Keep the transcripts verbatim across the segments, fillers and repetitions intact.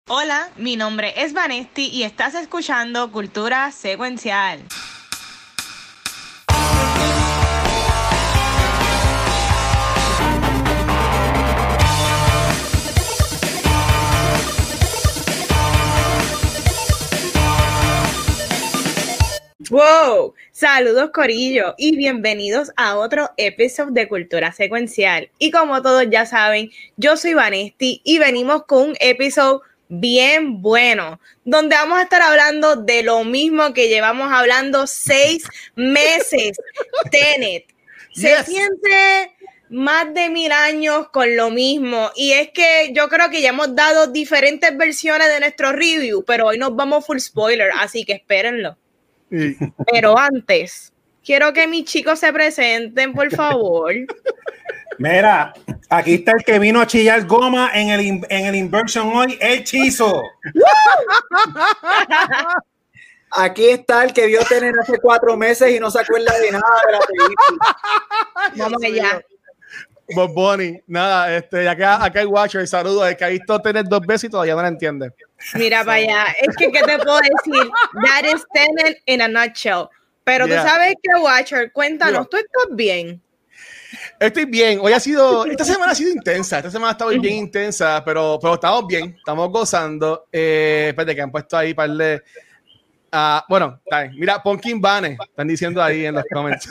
Hola, mi nombre es Vanesti y estás escuchando Cultura Secuencial. Wow, saludos Corillo y bienvenidos a otro episodio de Cultura Secuencial. Y como todos ya saben, yo soy Vanesti y venimos con un episodio bien bueno, donde vamos a estar hablando de lo mismo que llevamos hablando seis meses. Tenet. Se yes. siente más de mil años con lo mismo. Y es que yo creo que ya hemos dado diferentes versiones de nuestro review, pero hoy nos vamos full spoiler, así que espérenlo. Sí. Pero antes, quiero que mis chicos se presenten, por favor. Mira, aquí está el que vino a chillar goma en el, en el Inversion hoy, el Chizo. Aquí está el que vio Tener hace cuatro meses y no se acuerda de nada de la película. Vamos allá. Bob Bunny, nada, este, acá, acá el Watcher, saludos, el que ha visto Tener dos veces y todavía no la entiende. Mira para allá, es que, ¿qué te puedo decir? That is Tenet in a nutshell. Pero yeah. Tú sabes que, Watcher, cuéntanos, yeah. ¿Tú estás bien? Estoy bien, hoy ha sido, esta semana ha sido intensa, esta semana ha estado bien intensa, pero, pero estamos bien, estamos gozando. Eh, espérate, que han puesto ahí para darle, uh, bueno, mira, Pumpkin Bane, están diciendo ahí en los comments.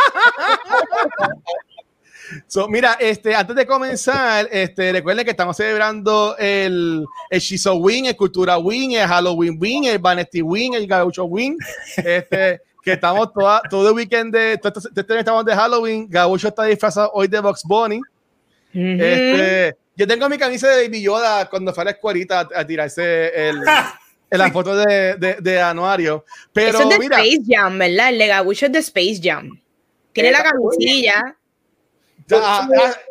So, mira, este, antes de comenzar, este, recuerden que estamos celebrando el, el Shizo Win, el Cultura Win, el Halloween Win, el Vanesti Win, el Gaucho Win, este, que estamos toda, todo el weekend de, todo este, este, estamos de Halloween. Gaucho está disfrazado hoy de Bugs Bunny. Uh-huh. Este, yo tengo mi camisa de Baby Yoda cuando fue a la escuelita a, a tirarse el, el, la foto de, de, de anuario. Pero eso es de mira, Space Jam, ¿verdad? El de Gaucho es de Space Jam. Tiene eh, la camisilla. Ah,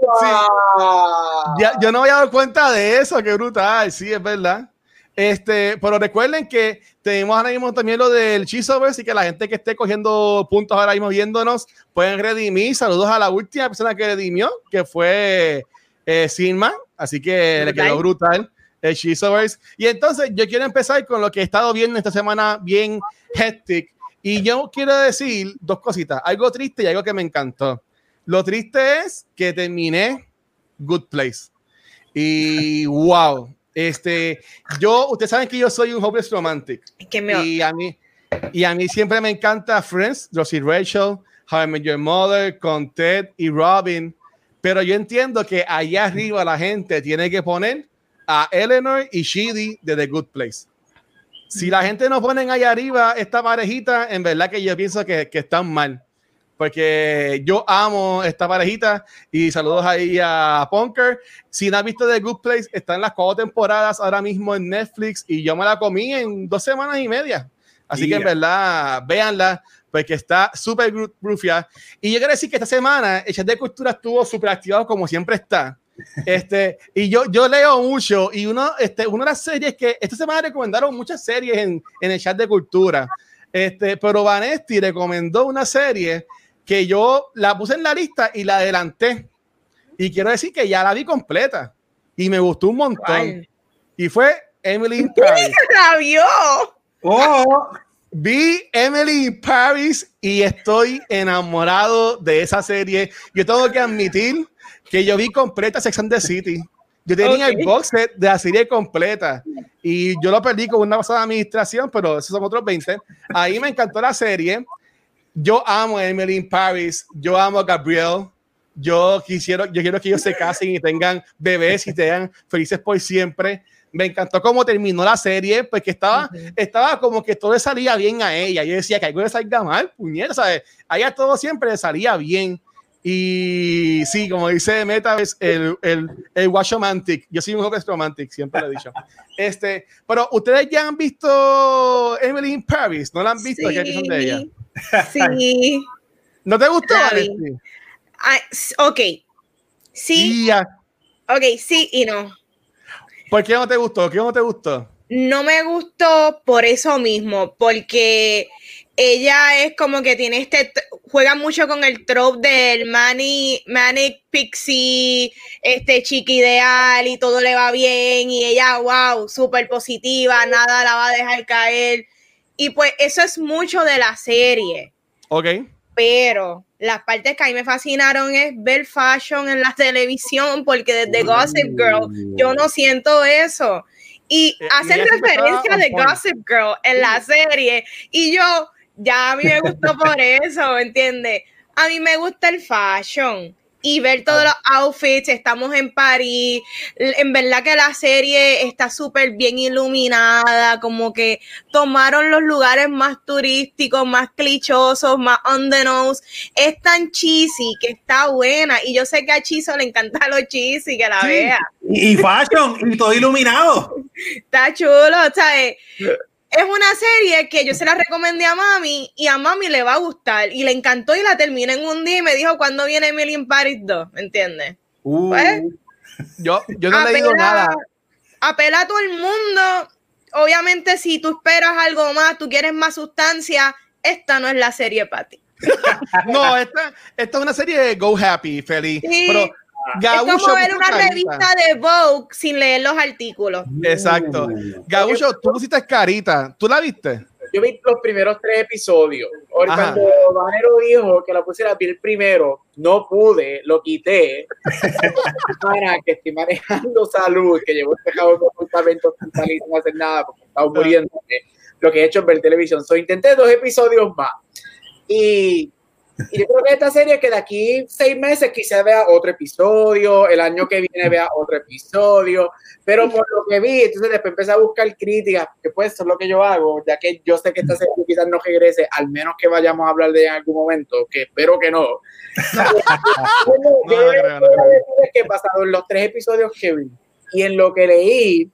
ah, sí. ya, yo no me había dado cuenta de eso, qué brutal, sí, es verdad. Este, pero recuerden que tenemos ahora mismo también lo del Chizoverse y que la gente que esté cogiendo puntos ahora mismo viéndonos pueden redimir. Saludos a la última persona que redimió, que fue eh, Sinman, así que brutal. Le quedó brutal el Chizoverse. Y entonces yo quiero empezar con lo que he estado viendo esta semana bien hectic. Y yo quiero decir dos cositas, algo triste y algo que me encantó. Lo triste es que terminé Good Place. Y wow, este, yo, ustedes saben que yo soy un hopeless romantic. ¿Qué me... y, a mí, y a mí siempre me encanta Friends, Rosie Rachel, How I Met Your Mother, con Ted y Robin. Pero yo entiendo que allá arriba la gente tiene que poner a Eleanor y Sheedy de The Good Place. Si la gente no ponen allá arriba esta parejita, en verdad que yo pienso que, que están mal. Porque yo amo esta parejita y saludos ahí a Punker. Si no has visto The Good Place, están las cuatro temporadas ahora mismo en Netflix y yo me la comí en dos semanas y media. Así yeah. que en verdad, véanla porque está súper grufia. Y yo quiero decir que esta semana el chat de cultura estuvo súper activado como siempre está. Este, y yo, yo leo mucho y uno, este, una de las series que esta semana recomendaron muchas series en, en el chat de cultura. Este, pero Vanesti recomendó una serie que yo la puse en la lista y la adelanté. Y quiero decir que ya la vi completa. Y me gustó un montón. ¿Cuál? Y fue Emily in Paris. ¡La vio! Oh, vi Emily in Paris y estoy enamorado de esa serie. Yo tengo que admitir que yo vi completa Sex and the City. Yo tenía okay. el box set de la serie completa. Y yo lo perdí con una pasada administración, pero esos son otros veinte. Ahí me encantó la serie. Yo amo a Emily in Paris, yo amo a Gabriel, yo quisiera, yo quiero que ellos se casen y tengan bebés y sean felices por siempre. Me encantó cómo terminó la serie, porque estaba, uh-huh. estaba como que todo le salía bien a ella. Yo decía que algo le salga mal, puñeta, ¿sabes? A ella todo siempre le salía bien. Y sí, como dice Meta, es el, el, el watch romantic. Yo soy un joven romantic, siempre lo he dicho. Este, pero ustedes ya han visto Emily in Paris, ¿no la han visto? Sí. ¿Qué son de ella? Sí. ¿No te gustó? Ah, ok. Sí. Yeah. Ok, sí y no. ¿Por qué no te gustó? ¿Qué no te gustó? No me gustó por eso mismo, porque ella es como que tiene este, juega mucho con el trope del mani, manic pixie, este chica ideal y todo le va bien y ella, wow, súper positiva, nada la va a dejar caer. Y pues eso es mucho de la serie. Ok. Pero las partes que a mí me fascinaron es ver fashion en la televisión, porque desde Gossip Girl yo no siento eso. Y Eh, hacen y ella siempre referencia estaba de on point. Gossip Girl en la serie. Y yo, ya a mí me gustó por eso, ¿entiendes? A mí me gusta el fashion. Y ver todos los outfits, estamos en París, en verdad que la serie está súper bien iluminada, como que tomaron los lugares más turísticos, más clichosos, más on the nose, es tan cheesy que está buena, y yo sé que a Chizo le encanta lo cheesy, que la Sí. vea. Y, y fashion, y todo iluminado. Está chulo, ¿sabes? Es una serie que yo se la recomendé a mami y a mami le va a gustar y le encantó y la terminé en un día y me dijo ¿cuándo viene Emily in Paris dos? ¿Me entiendes? Uh. Pues, Yo, yo no he leído nada. Apela a todo el mundo. Obviamente si tú esperas algo más, tú quieres más sustancia, esta no es la serie para ti. No, esta, esta es una serie de Go Happy, feliz. Sí. Pero Es Gabucho como ver puso una carita. revista de Vogue sin leer los artículos. Exacto. Gabucho, tú pusiste carita. ¿Tú la viste? Yo vi los primeros tres episodios. Ahora, Ajá. cuando Vanero dijo que la pusiera, vi el primero, no pude, lo quité. Para que estoy manejando salud, que llevo dejado en ocultamiento hospital y sin hacer nada porque estaba muriendo. Lo que he hecho es ver televisión. So, intenté dos episodios más. Y, y yo creo que esta serie que de aquí seis meses quizás vea otro episodio, el año que viene vea otro episodio, pero por lo que vi, entonces después empecé a buscar críticas, que pues eso es lo que yo hago, ya que yo sé que esta serie quizás no regrese, al menos que vayamos a hablar de ella en algún momento, que espero que no. Bueno, No, yo no creo, no quiero creo. decirles que basado en los tres episodios que vi y en lo que leí,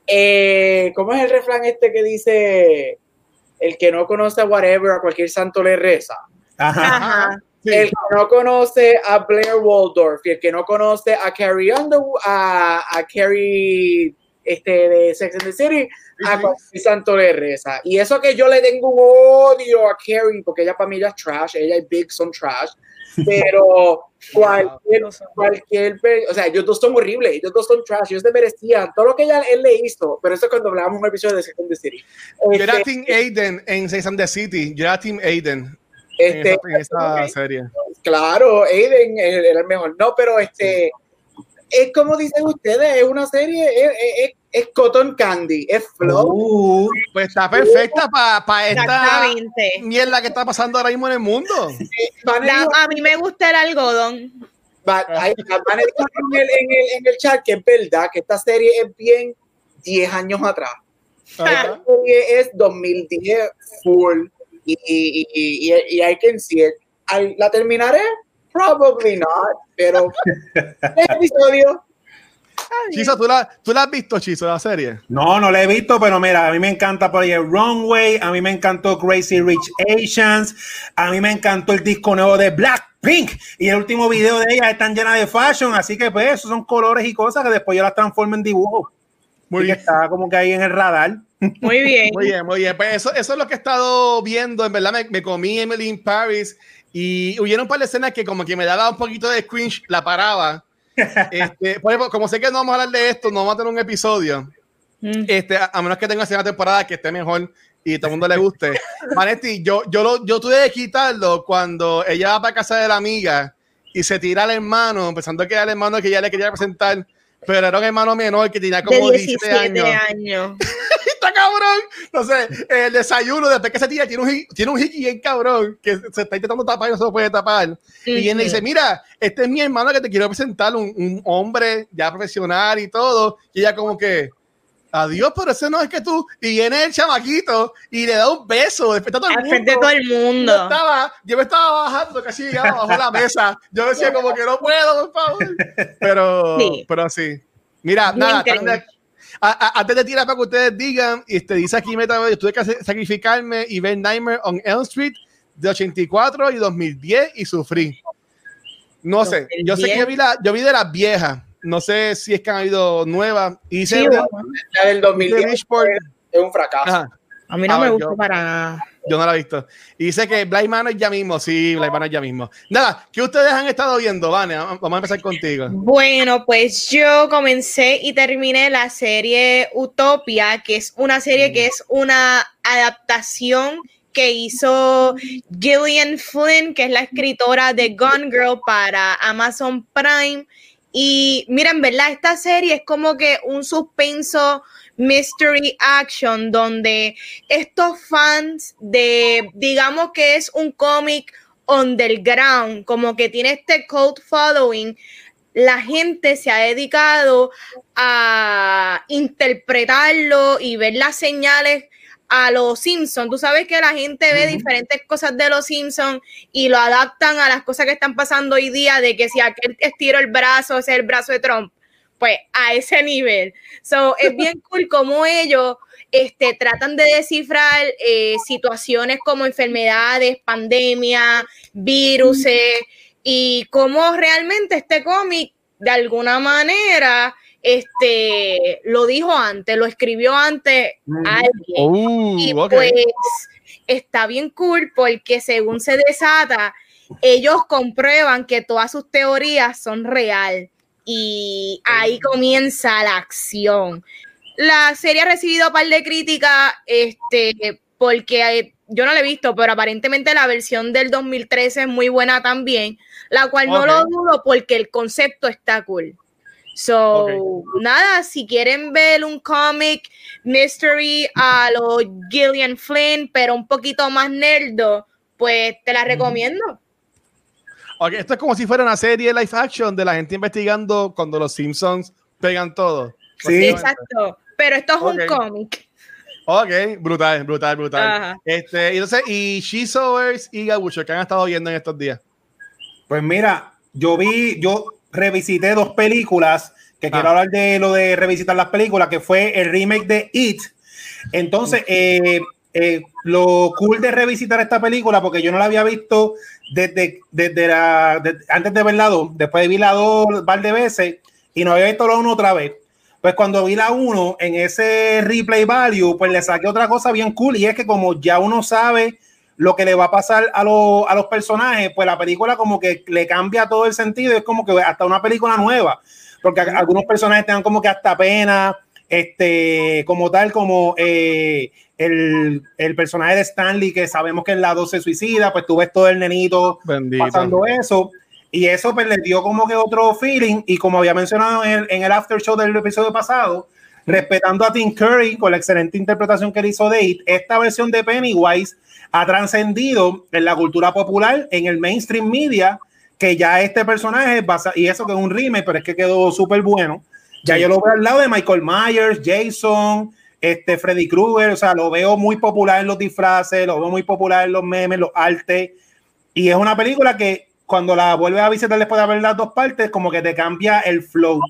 eh, ¿cómo es el refrán este que dice el que no conoce a whatever, a cualquier santo le reza? Ajá. Ajá. Sí. El que no conoce a Blair Waldorf y el que no conoce a Carrie Underwood, a, a Carrie este, de Sex and the City, a Sí. cualquier santo le reza. Y eso que yo le tengo un odio a Carrie, porque ella para mí ella es trash, ella y Big son trash, pero cualquier, cualquier, o sea, ellos dos son horribles, ellos dos son trash, ellos se merecían todo lo que ella, él le hizo, pero eso es cuando hablábamos un episodio de Sex and the City. Yo era Este, Team Aiden en Sex and the City. Yo era Team Aiden este, en esa, en esa okay. serie. Claro, Aiden era el mejor. No, pero este es como dicen ustedes, es una serie, es, es, es cotton candy, es flow. Uh. Pues está perfecta para pa esta Exactamente. mierda que está pasando ahora mismo en el mundo. Van Da- a mí me gusta el algodón. Van a decir en el, en, el, en el chat que es verdad que esta serie es bien diez años atrás. Esta serie es dos mil diez full y, y, y, y, y I can see it. ¿La terminaré? Probably not, pero este episodio. Chizo, ¿tú la, ¿tú la has visto, Chizo, la serie? No, no la he visto, pero mira, a mí me encanta por ahí el Runway, a mí me encantó Crazy Rich Asians, a mí me encantó el disco nuevo de Blackpink y el último video de ellas están llenas de fashion, así que pues esos son colores y cosas que después yo las transformo en dibujos. Muy Así que bien. está como que ahí en el radar. Muy bien. Muy bien, muy bien. Pues eso, eso es lo que he estado viendo. En verdad, me, me comí Emily in Paris y hubieron un par de escenas que como que me daba un poquito de cringe, la paraba. Este, por ejemplo, como sé que no vamos a hablar de esto, no vamos a tener un episodio. Mm. Este, a, a menos que tenga una temporada que esté mejor y todo el mundo le guste. Vanetti, yo, yo, lo, yo tuve que quitarlo cuando ella va para casa de la amiga y se tira al hermano, pensando que era el hermano que ella le quería presentar, pero era un hermano menor que tenía como De diecisiete años. años. Está cabrón. No sé, el desayuno, después que se tira, tiene un, hi- tiene un hiki bien cabrón que se está intentando tapar y no se lo puede tapar. Y él le dice: mira, este es mi hermano que te quiero presentar, un, un hombre ya profesional y todo. Y ella, como que, adiós, pero ese no es que tú. Y viene el chamaquito y le da un beso. Después está todo el Al mundo. frente de todo el Yo, mundo. estaba, yo me estaba bajando, casi llegaba bajo la mesa. Yo decía, como que no puedo, por favor. Pero Sí. pero sí. Mira, Bien nada, increíble. también- a- a- antes de tirar para que ustedes digan, este, dice aquí Meta, yo tuve que hacer- sacrificarme y ver Nightmare on Elm Street de ochenta y cuatro y dos mil diez y sufrí. No sé, yo sé que yo vi, la, yo vi de las viejas, no sé si es que han habido nuevas. Y dice Sí, de- bueno. La del dos mil de diez Bridgeport. es un fracaso. Ajá. A mí no Ah, me yo- gusta para nada. Yo no la he visto. Y dice que Blind Manor ya mismo. Sí, Blind Manor ya mismo. Nada, ¿qué ustedes han estado viendo, Vane? Vamos a empezar contigo. Bueno, pues yo comencé y terminé la serie Utopia, que es una serie que es una adaptación que hizo Gillian Flynn, que es la escritora de Gone Girl para Amazon Prime. Y miren, ¿verdad? Esta serie es como que un suspenso mystery action donde estos fans de, digamos que es un cómic underground, como que tiene este cult following, la gente se ha dedicado a interpretarlo y ver las señales a los Simpsons. Tú sabes que la gente ve uh-huh. diferentes cosas de los Simpsons y lo adaptan a las cosas que están pasando hoy día, de que si aquel estiro el brazo, ese es el brazo de Trump, pues a ese nivel. So, es bien cool como ellos este, tratan de descifrar eh, situaciones como enfermedades, pandemias, viruses, y cómo realmente este cómic de alguna manera este lo dijo antes, lo escribió antes alguien. Uh, y okay. Pues está bien cool porque según se desata, ellos comprueban que todas sus teorías son real y ahí comienza la acción. La serie ha recibido un par de críticas este, porque yo no la he visto, pero aparentemente la versión del dos mil trece es muy buena también, la cual no okay. lo dudo porque el concepto está cool. So, okay. nada, si quieren ver un cómic mystery a lo Gillian Flynn, pero un poquito más nerdo, pues te la recomiendo. Okay, esto es como si fuera una serie live action de la gente investigando cuando los Simpsons pegan todo. Sí, exacto. Pero esto es okay. un cómic. Ok, brutal, brutal, brutal. Ajá. Este, y entonces, y Shizovers y Gabucho, ¿qué han estado viendo en estos días? Pues mira, yo vi, yo revisité dos películas, que ah. quiero hablar de lo de revisitar las películas, que fue el remake de It. Entonces, eh, eh, lo cool de revisitar esta película, porque yo no la había visto desde, desde la, de, antes de ver la dos, después vi la dos un par de veces y no había visto la uno otra vez. Pues cuando vi la uno, en ese replay value, pues le saqué otra cosa bien cool, y es que como ya uno sabe lo que le va a pasar a, lo, a los personajes, pues la película como que le cambia todo el sentido, es como que hasta una película nueva, porque a, algunos personajes te dan como que hasta pena, este, como tal, como eh, el, el personaje de Stanley, que sabemos que en la dos se suicida, pues tú ves todo el nenito Bendito. pasando eso. Y eso pues le dio como que otro feeling, y como había mencionado en el, en el after show del episodio pasado, respetando a Tim Curry con la excelente interpretación que él hizo de It, esta versión de Pennywise ha trascendido en la cultura popular, en el mainstream media, que ya este personaje, basa, y eso que es un remake, pero es que quedó súper bueno, ya sí. yo lo veo al lado de Michael Myers, Jason, este, Freddy Krueger, o sea, lo veo muy popular en los disfraces, lo veo muy popular en los memes, los artes, y es una película que cuando la vuelves a visitar después de ver las dos partes, como que te cambia el flow.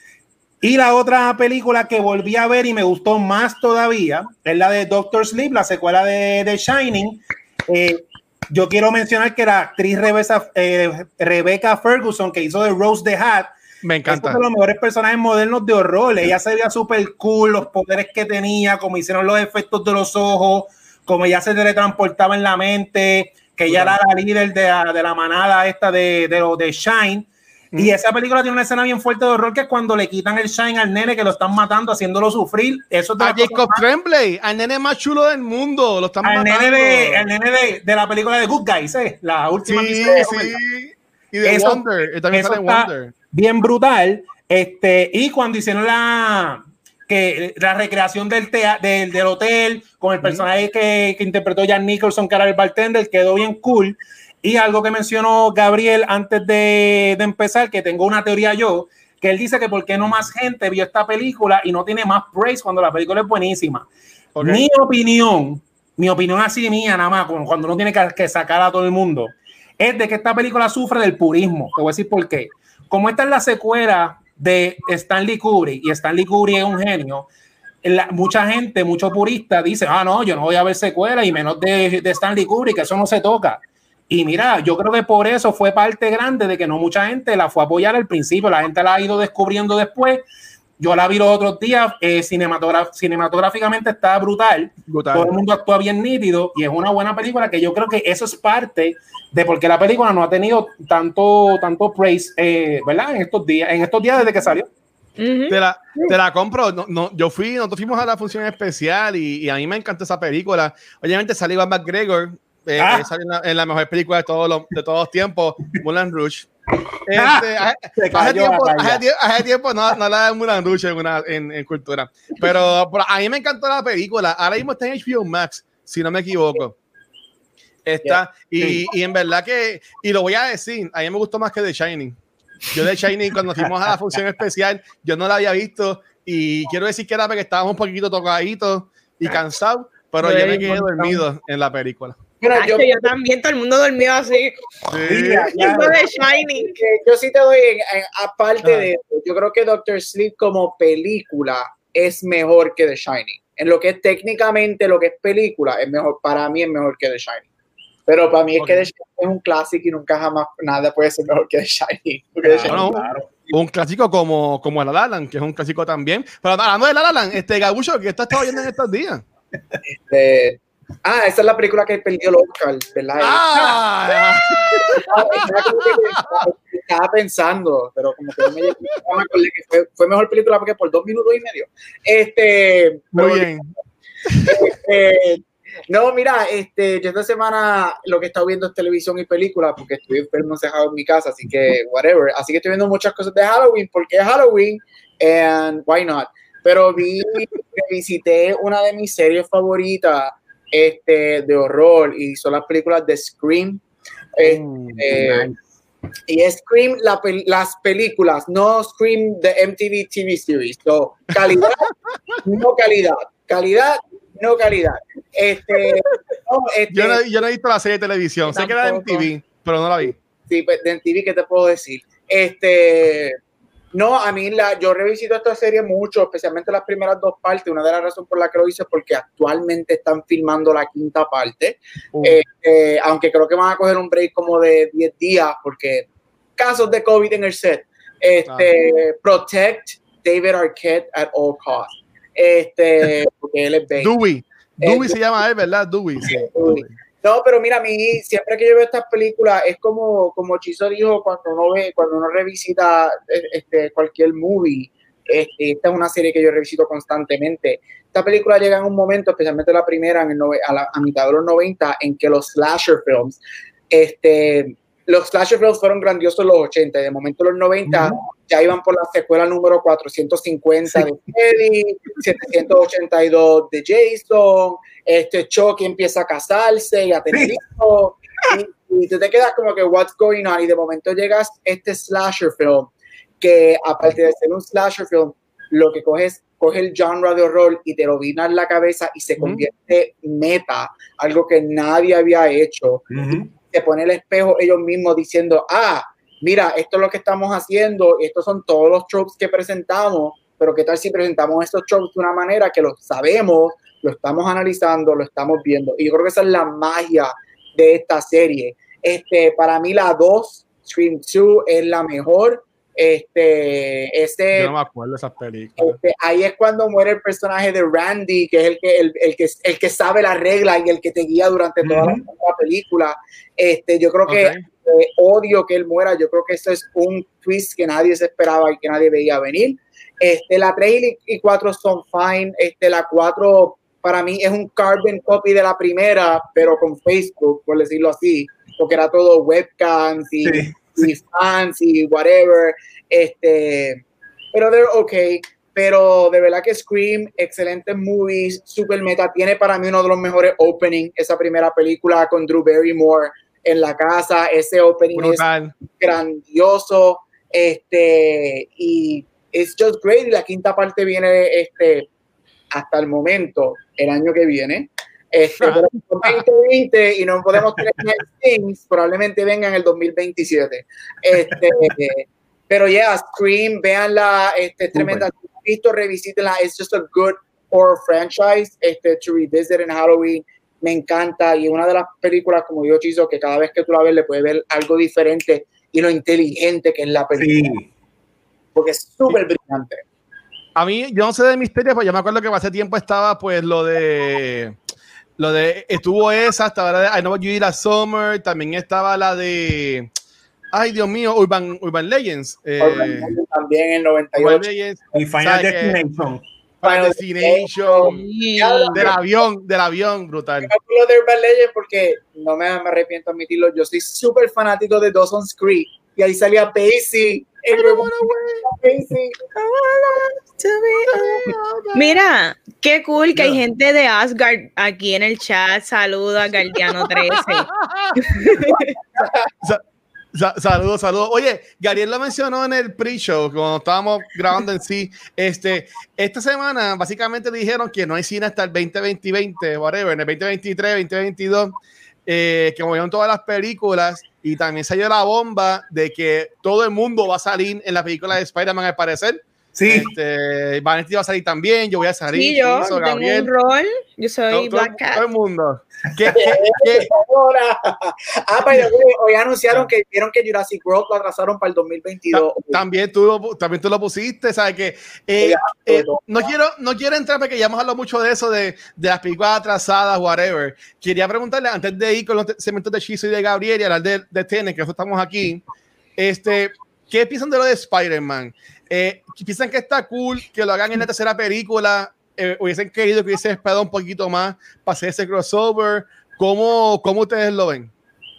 Y la otra película que volví a ver y me gustó más todavía es la de Doctor Sleep, la secuela de, de Shining. Eh, yo quiero mencionar que la actriz Rebecca, eh, Rebecca Ferguson, que hizo de Rose the Hat, me encanta. Es uno de los mejores personajes modernos de horror. Ella se veía súper cool, los poderes que tenía, como hicieron los efectos de los ojos, como ella se teletransportaba en la mente, que ella era la líder de la, de la manada esta de, de, de Shine. Mm. Y esa película tiene una escena bien fuerte de horror, que es cuando le quitan el Shine al nene, que lo están matando, haciéndolo sufrir. Eso a Jacob Tremblay, al nene más chulo del mundo, lo están al matando. Nene de, al nene de, de la película de Good Guys, ¿eh? La última sí, episodio. Sí. Y de eso, Wonder, también eso sale Wonder. Bien brutal. Este, y cuando hicieron la... que la recreación del, tea, del, del hotel con el personaje mm. que, que interpretó Jack Nicholson, que era el bartender, quedó bien cool. Y algo que mencionó Gabriel antes de, de empezar, que tengo una teoría yo, que él dice que por qué no más gente vio esta película y no tiene más praise cuando la película es buenísima. Okay. Mi opinión, mi opinión así mía nada más, cuando uno tiene que, que sacar a todo el mundo, es de que esta película sufre del purismo. Te voy a decir por qué. Como esta es la secuela de Stanley Kubrick, y Stanley Kubrick es un genio, la, mucha gente, muchos puristas dicen, ah, no, yo no voy a ver secuela, y menos de, de Stanley Kubrick, que eso no se toca. Y mira, yo creo que por eso fue parte grande de que no mucha gente la fue a apoyar al principio, la gente la ha ido descubriendo después, Yo la vi los otros días, eh, cinematograf- cinematográficamente está brutal. brutal. Todo el mundo actúa bien nítido y es una buena película que yo creo que eso es parte de por qué la película no ha tenido tanto, tanto praise, eh, ¿verdad? En estos días, en estos días desde que salió. Uh-huh. Te, la, te la compro. No, no, yo fui, nosotros fuimos a la función especial y, y a mí me encantó esa película. Obviamente salió Ivan McGregor, eh, ah. salió en la, en la mejor película de todos los, de todos los tiempos, Moulin Rouge. Este, ah, hace, hace, tiempo, hace, hace tiempo no, no la de Moulin Rouge en, una, en, en cultura, pero, pero a mí me encantó la película. Ahora mismo está en H B O Max, si no me equivoco. Está, yeah. y, y en verdad que, y lo voy a decir, a mí me gustó más que The Shining. Yo The Shining, cuando fuimos a la función especial, yo no la había visto y quiero decir que era porque estábamos un poquito tocaditos y cansados, pero yo, yo me quedé dormido en la película. Mira, yo, yo también, todo el mundo dormió así. Sí, ya, ya. The Shining. Yo sí te doy, en, en, aparte ah. de eso, yo creo que Doctor Sleep como película es mejor que The Shining. En lo que es técnicamente, lo que es película, es mejor, para mí es mejor que The Shining. Pero para mí es okay. que The Shining es un clásico y nunca jamás nada puede ser mejor que The Shining. Claro, The Shining no, claro. Un clásico como, como La La Land, que es un clásico también. Pero hablando de La La Land, este Gabucho, ¿qué estás oyendo en estos días? Este, ah, esa es la película que perdió el Oscar, ¿verdad? Ah, estaba pensando, pero como que no me, no me acordé que fue, fue mejor película porque por dos minutos y medio. Este, Muy bien. Este, no, mira, este, yo esta semana lo que he estado viendo es televisión y películas porque estoy enfermo encejado en mi casa, así que whatever. Así que estoy viendo muchas cosas de Halloween porque es Halloween and why not. Pero vi, visité una de mis series favoritas este, de horror y son las películas de Scream. Este, mm, nice. Y es Scream, la, las películas, no Scream de M T V T V Series. So, calidad, no calidad. Calidad, no calidad. Este, no, este, yo, no, yo no he visto la serie de televisión, sé que era de M T V, pero no la vi. Sí, pues de M T V, ¿qué te puedo decir? Este, no, a mí la, yo revisito esta serie mucho, especialmente las primeras dos partes. Una de las razones por las que lo hice es porque actualmente están filmando la quinta parte, uh. eh, eh, aunque creo que van a coger un break como de diez días porque casos de COVID en el set. Este, ah. Protect David Arquette at all costs. Este, porque él es Dewey. Dewey se llama él, ¿verdad? Dewey. Sí. Dewey. No, pero mira, a mí siempre que yo veo estas películas es como, como Chizo dijo cuando uno ve, cuando uno revisita este, cualquier movie. Este, esta es una serie que yo revisito constantemente. Esta película llega en un momento, especialmente la primera, en el nove, a, la, a mitad de los noventa, en que los slasher films, este, los slasher films fueron grandiosos en los ochenta, y de momento en los noventa uh-huh. ya iban por la secuela número cuatrocientos cincuenta sí. de Freddy, setecientos ochenta y dos de Jason, este Chucky empieza a casarse y a tener hijos, y, y tú te quedas como que what's going on, y de momento llegas este slasher film, que aparte de ser un slasher film, lo que coge es coge el genre de horror y te lo vina en la cabeza y se convierte uh-huh. meta, algo que nadie había hecho. Uh-huh. Se pone el espejo ellos mismos diciendo, ah, mira, esto es lo que estamos haciendo, estos son todos los tropes que presentamos, pero qué tal si presentamos estos tropes de una manera que lo sabemos, lo estamos analizando, lo estamos viendo. Y yo creo que esa es la magia de esta serie. Este, para mí la dos, Scream dos, es la mejor. Este, ese, yo no me acuerdo de esas películas. Este, ahí es cuando muere el personaje de Randy, que es el que, el, el que, el que sabe la regla y el que te guía durante toda uh-huh. la, la película. Este, yo creo okay. que eh, odio que él muera. Yo creo que eso es un twist que nadie se esperaba y que nadie veía venir. Este, la tres y cuatro son fine. Este, la cuatro para mí es un carbon copy de la primera, pero con Facebook, por decirlo así, porque era todo webcams y sí. y fans y whatever, este, pero they're okay, pero de verdad que Scream, excelentes movies, super meta, tiene para mí uno de los mejores openings, esa primera película con Drew Barrymore en la casa, ese opening brutal. Es grandioso, este, y it's just great, y la quinta parte viene, este, hasta el momento, el año que viene, Este, pero veinte veinte y no podemos tener Things, probablemente venga en el dos mil veintisiete. Este, pero ya, yeah, Scream, véanla, este, es tremenda. Visto, revisítenla, it's just a good horror franchise este, to revisit en Halloween. Me encanta, y una de las películas, como yo Chizo, que cada vez que tú la ves le puedes ver algo diferente y lo inteligente que es la película. Sí. Porque es súper brillante. A mí, yo no sé de misterio, pues yo me acuerdo que hace tiempo estaba pues lo de lo de estuvo esa hasta ahora de I Know You Did Last Summer, también estaba la de ay Dios mío, Urban, Urban Legends, eh, Urban Legends también en noventa y ocho. Urban Legends, Y Final Destination. Final Destination, del avión, del avión, brutal. Yo me de Urban Legends porque no me, me arrepiento de admitirlo, yo soy súper fanático de Dawson's Creek y ahí salía Pacey. Mira, qué cool que hay gente de Asgard aquí en el chat. Saludos a Guardiano trece. Saludos, saludos. Oye, Gabriel lo mencionó en el pre-show cuando estábamos grabando en sí. Este, esta semana básicamente dijeron que no hay cine hasta el veinte veinte, whatever, en el veinte veintitrés, veinte veintidós, eh, que movieron todas las películas y también salió la bomba de que todo el mundo va a salir en la película de Spider-Man al parecer. Sí. Este, Vanity va a salir también, yo voy a salir. Sí, yo hizo tengo Gabriel. un rol, yo soy todo, Black todo, Cat. todo el mundo. ¿Qué, qué, qué? Ah, pero hoy anunciaron que vieron que Jurassic World lo atrasaron para el dos mil veintidós. También tú, lo, también tú lo pusiste, ¿sabes? Que eh, eh, no, quiero, no quiero entrar porque ya hemos hablado mucho de eso, de, de las películas atrasadas, whatever. Quería preguntarle, antes de ir con los segmentos de Chizo y de Gabriel y hablar de, de Tenet, que estamos aquí, este, ¿qué piensan de lo de Spider-Man? Eh, ¿Piensan que está cool que lo hagan en la tercera película? Eh, hubiesen querido que hubiese esperado un poquito más para hacer ese crossover. ¿Cómo, cómo ustedes lo ven?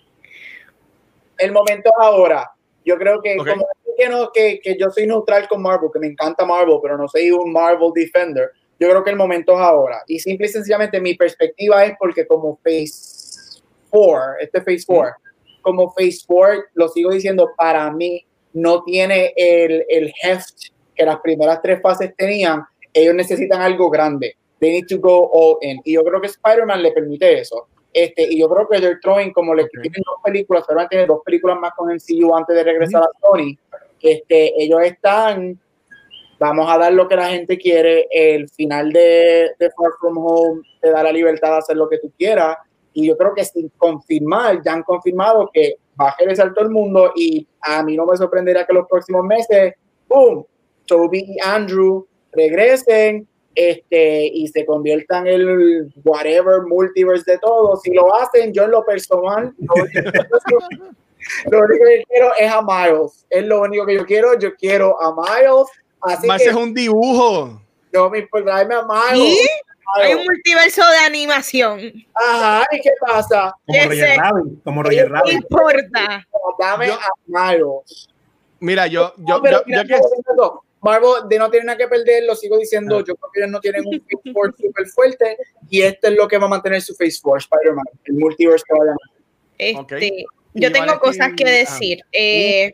El momento es ahora. Yo creo que, Okay. como que, no, que, que yo soy neutral con Marvel, que me encanta Marvel, pero no soy un Marvel Defender. Yo creo que el momento es ahora. Y simple y sencillamente mi perspectiva es porque como Phase cuatro, este Phase cuatro, mm. como Phase cuatro, lo sigo diciendo, para mí no tiene el, el heft que las primeras tres fases tenían. Ellos necesitan algo grande. They need to go all in. Y yo creo que Spider-Man le permite eso. Este, y yo creo que they're throwing, como le okay. tienen dos películas, Spider-Man tiene dos películas más con el C U antes de regresar mm-hmm. a Sony. Este, ellos están, vamos a dar lo que la gente quiere. El final de, de Far From Home te da la libertad de hacer lo que tú quieras. Y yo creo que sin confirmar, ya han confirmado que va a regresar todo el mundo. Y a mí no me sorprendería que los próximos meses, boom, Toby y Andrew regresen este, y se conviertan en el whatever multiverse de todo. Si lo hacen, yo en lo personal lo, lo único que quiero es a Miles. Es lo único que yo quiero. Yo quiero a Miles. Así Más que es un dibujo. Yo me importa, dame a Miles. ¿Sí? Hay un multiverso de animación. Ajá, ¿y qué pasa? Como Roger Rabbit. Como Roger Rabbit. No importa. Dame yo, a Miles. Mira, yo, yo, no, pero yo, mira, yo que... Marvel de no tiene nada que perder, lo sigo diciendo, yo creo que ellos no tienen un Phase cuatro súper fuerte y esto es lo que va a mantener su Phase cuatro, Spider-Man, el multiverse que vayan. Este, okay. Yo tengo vale cosas que decir. Ah. Eh,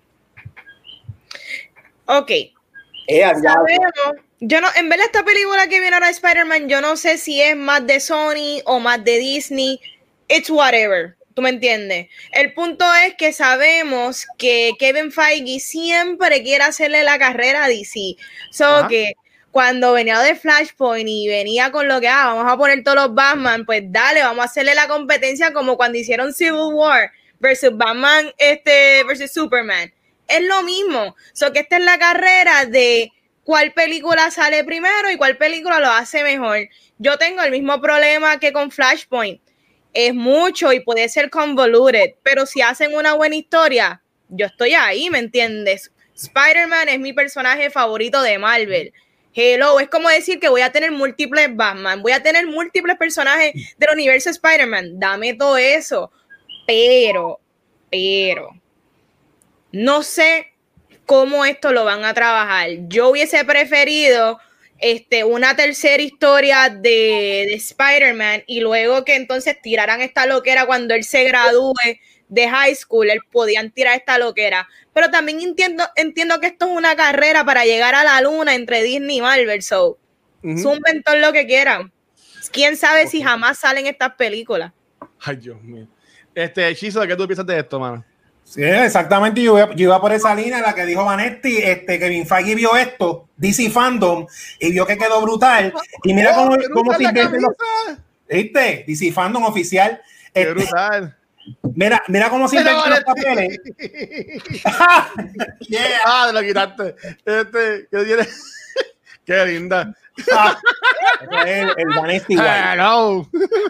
ok. Eh, Sabemos, yo no, en verdad esta película que viene ahora de Spider-Man, yo no sé si es más de Sony o más de Disney. It's whatever. ¿Tú me entiendes? El punto es que sabemos que Kevin Feige siempre quiere hacerle la carrera a D C. So Ajá. que cuando venía de Flashpoint y venía con lo que, ah, vamos a poner todos los Batman, pues dale, vamos a hacerle la competencia como cuando hicieron Civil War versus Batman este, versus Superman. Es lo mismo. So que esta es la carrera de cuál película sale primero y cuál película lo hace mejor. Yo tengo el mismo problema que con Flashpoint. Es mucho y puede ser convoluted, pero si hacen una buena historia, yo estoy ahí, ¿me entiendes? Spider-Man es mi personaje favorito de Marvel. Hello, es como decir que voy a tener múltiples Batman, voy a tener múltiples personajes del universo Spider-Man. Dame todo eso. Pero, pero, no sé cómo esto lo van a trabajar. Yo hubiese preferido Este, una tercera historia de, de Spider-Man y luego que entonces tiraran esta loquera cuando él se gradúe de high school, él podían tirar esta loquera. Pero también entiendo, entiendo que esto es una carrera para llegar a la luna entre Disney y Marvel, so uh-huh. zumben todo lo que quieran. ¿Quién sabe okay. si jamás salen estas películas? Ay, Dios mío. Este, Chizo, ¿qué tú piensas de esto, mano? Sí, exactamente, yo iba, yo iba por esa línea, la que dijo Vanetti, este, Kevin Feige vio esto, D C Fandom, y vio que quedó brutal, y mira oh, cómo, cómo se invierte los, ¿viste? D C Fandom oficial. Qué este, brutal. Mira, mira cómo se invierte los papeles. yeah. Ah, lo quitaste. Este, ¿qué tiene? Qué linda. Ah, el, el Vanity Hello.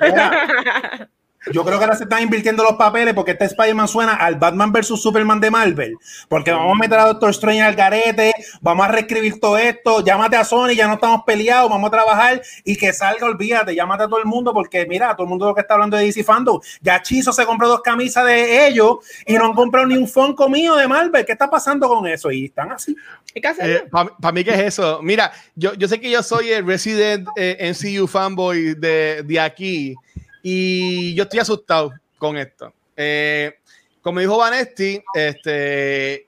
Mira, yo creo que ahora se están invirtiendo los papeles porque este Spider-Man suena al Batman versus Superman de Marvel. Porque vamos a meter a Doctor Strange al garete, vamos a reescribir todo esto, llámate a Sony, ya no estamos peleados, vamos a trabajar y que salga, olvídate, llámate a todo el mundo porque mira, todo el mundo lo que está hablando de D C Fandom. Ya Chizo se compró dos camisas de ellos y no han comprado ni un Funko mío de Marvel. ¿Qué está pasando con eso? Y están así. Eh, Para pa mí, ¿qué es eso? Mira, yo, yo sé que yo soy el resident eh, M C U fanboy de, de aquí. Y yo estoy asustado con esto. Eh, como dijo Vanesti, este,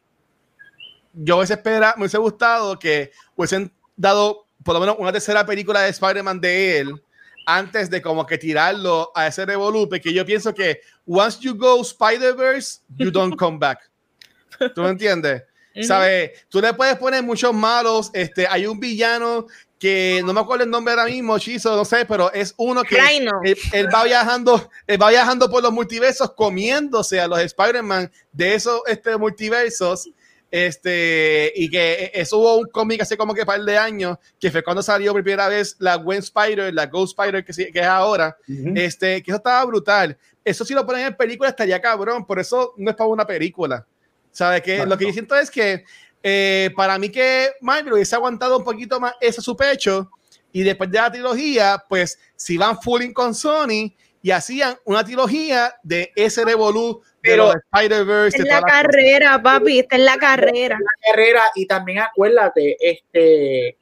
yo hubiese esperado, me hubiese gustado que hubiesen dado por lo menos una tercera película de Spider-Man de él antes de como que tirarlo a ese revolú, porque yo pienso que once you go Spider-Verse, you don't come back. ¿Tú me entiendes? Uh-huh. ¿Sabes? Tú le puedes poner muchos malos. Este, hay un villano que no me acuerdo el nombre ahora mismo, Chizo, no sé, pero es uno que él, él va viajando, él va viajando por los multiversos, comiéndose a los Spider-Man de esos este, multiversos, este, y que eso hubo un cómic hace como que un par de años, que fue cuando salió por primera vez la Gwen Spider, la Ghost Spider que, que es ahora, uh-huh. este, que eso estaba brutal. Eso si lo ponen en película estaría cabrón, por eso no es para una película. ¿Sabes qué? No, lo que yo siento es que Eh, para mí que Marvel hubiese aguantado un poquito más eso a su pecho y después de la trilogía, pues si van full in con Sony y hacían una trilogía de ese revolú de los Spider-Verse. Es la carrera, papi, está en la carrera. En la carrera y también acuérdate, este,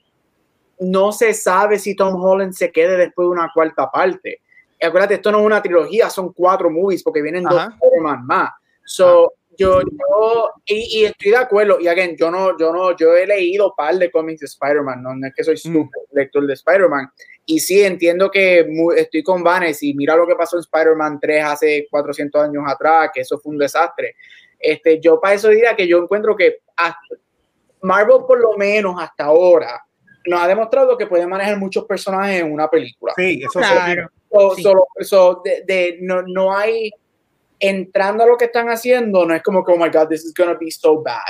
no se sabe si Tom Holland se quede después de una cuarta parte. Acuérdate, esto no es una trilogía, son cuatro movies porque vienen Ajá. dos Spider-Man más. So, Ajá. Yo, yo y, y estoy de acuerdo, y again, yo no, yo no, yo he leído un par de cómics de Spider-Man, no, no es que soy súper mm. lector de Spider-Man, y sí, entiendo que muy, estoy con Vanes, y mira lo que pasó en Spider-Man tres hace cuatrocientos años atrás, que eso fue un desastre. Este, yo para eso diría que yo encuentro que hasta, Marvel por lo menos hasta ahora nos ha demostrado que puede manejar muchos personajes en una película. Sí, eso claro. So, sí. Solo, so, de, de, no, no hay... entrando a lo que están haciendo, no es como que, oh my God, this is gonna be so bad.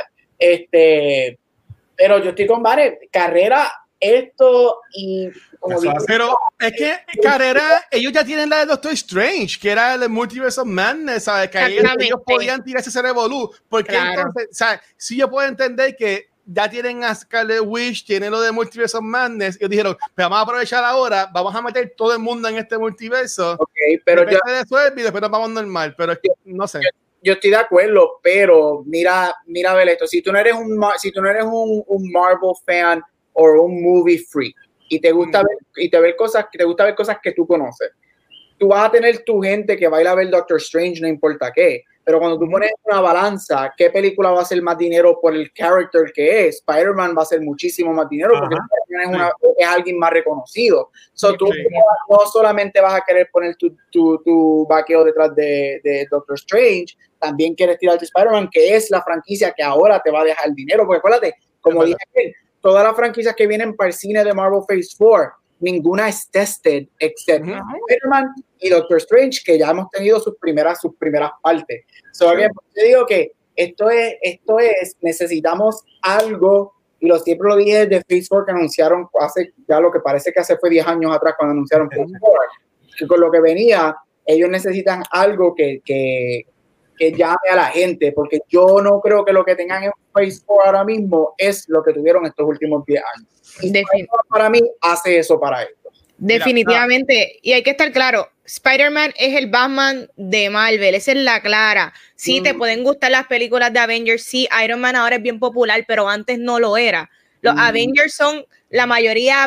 Este, pero yo estoy con varias carrera, esto y como digo, pero es que carrera, ellos ya tienen la de Doctor Strange, que era el Multiverse of Madness, ¿sabes? Que ellos, ellos podían tirarse ese revolú, porque claro. entonces, ¿sabes? Si yo puedo entender que ya tienen a Scarlet Witch, tienen lo de Multiverse of Madness, y ellos dijeron, pero vamos a aprovechar ahora, vamos a meter todo el mundo en este multiverso. Ok, pero yo... de suerte y después nos vamos normal, pero es que, no sé. Yo, yo estoy de acuerdo, pero mira, mira, ver esto, si tú no eres un, si tú no eres un, un Marvel fan o un movie freak, y te gusta mm. ver, y te ver cosas, te gusta ver cosas que tú conoces, tú vas a tener tu gente que va a ir a ver Doctor Strange, no importa qué. Pero cuando tú pones una balanza, ¿qué película va a hacer más dinero por el character que es? Spider-Man va a hacer muchísimo más dinero porque Spider-Man es, una, es alguien más reconocido. So, tú sí. no solamente vas a querer poner tu, tu, tu vaqueo detrás de, de Doctor Strange, también quieres tirarte Spider-Man, que es la franquicia que ahora te va a dejar dinero. Porque acuérdate, como dije, todas las franquicias que vienen para el cine de Marvel Phase cuatro, ninguna es tested excepto uh-huh. Spider-Man y Doctor Strange, que ya hemos tenido sus primeras, sus primeras partes. So, sure. Yo digo que esto es, esto es, necesitamos algo, y lo siempre lo dije desde Phase cuatro que anunciaron hace, ya lo que parece que hace fue diez años atrás cuando anunciaron Phase cuatro, que con lo que venía, ellos necesitan algo que, que, que llame a la gente, porque yo no creo que lo que tengan en Phase cuatro ahora mismo es lo que tuvieron estos últimos diez años. Y Defin- para mí hace eso para ellos. Definitivamente, y hay que estar claro, Spider-Man es el Batman de Marvel, esa es la clara. Sí, mm. te pueden gustar las películas de Avengers, sí, Iron Man ahora es bien popular, pero antes no lo era. Los mm. Avengers son la mayoría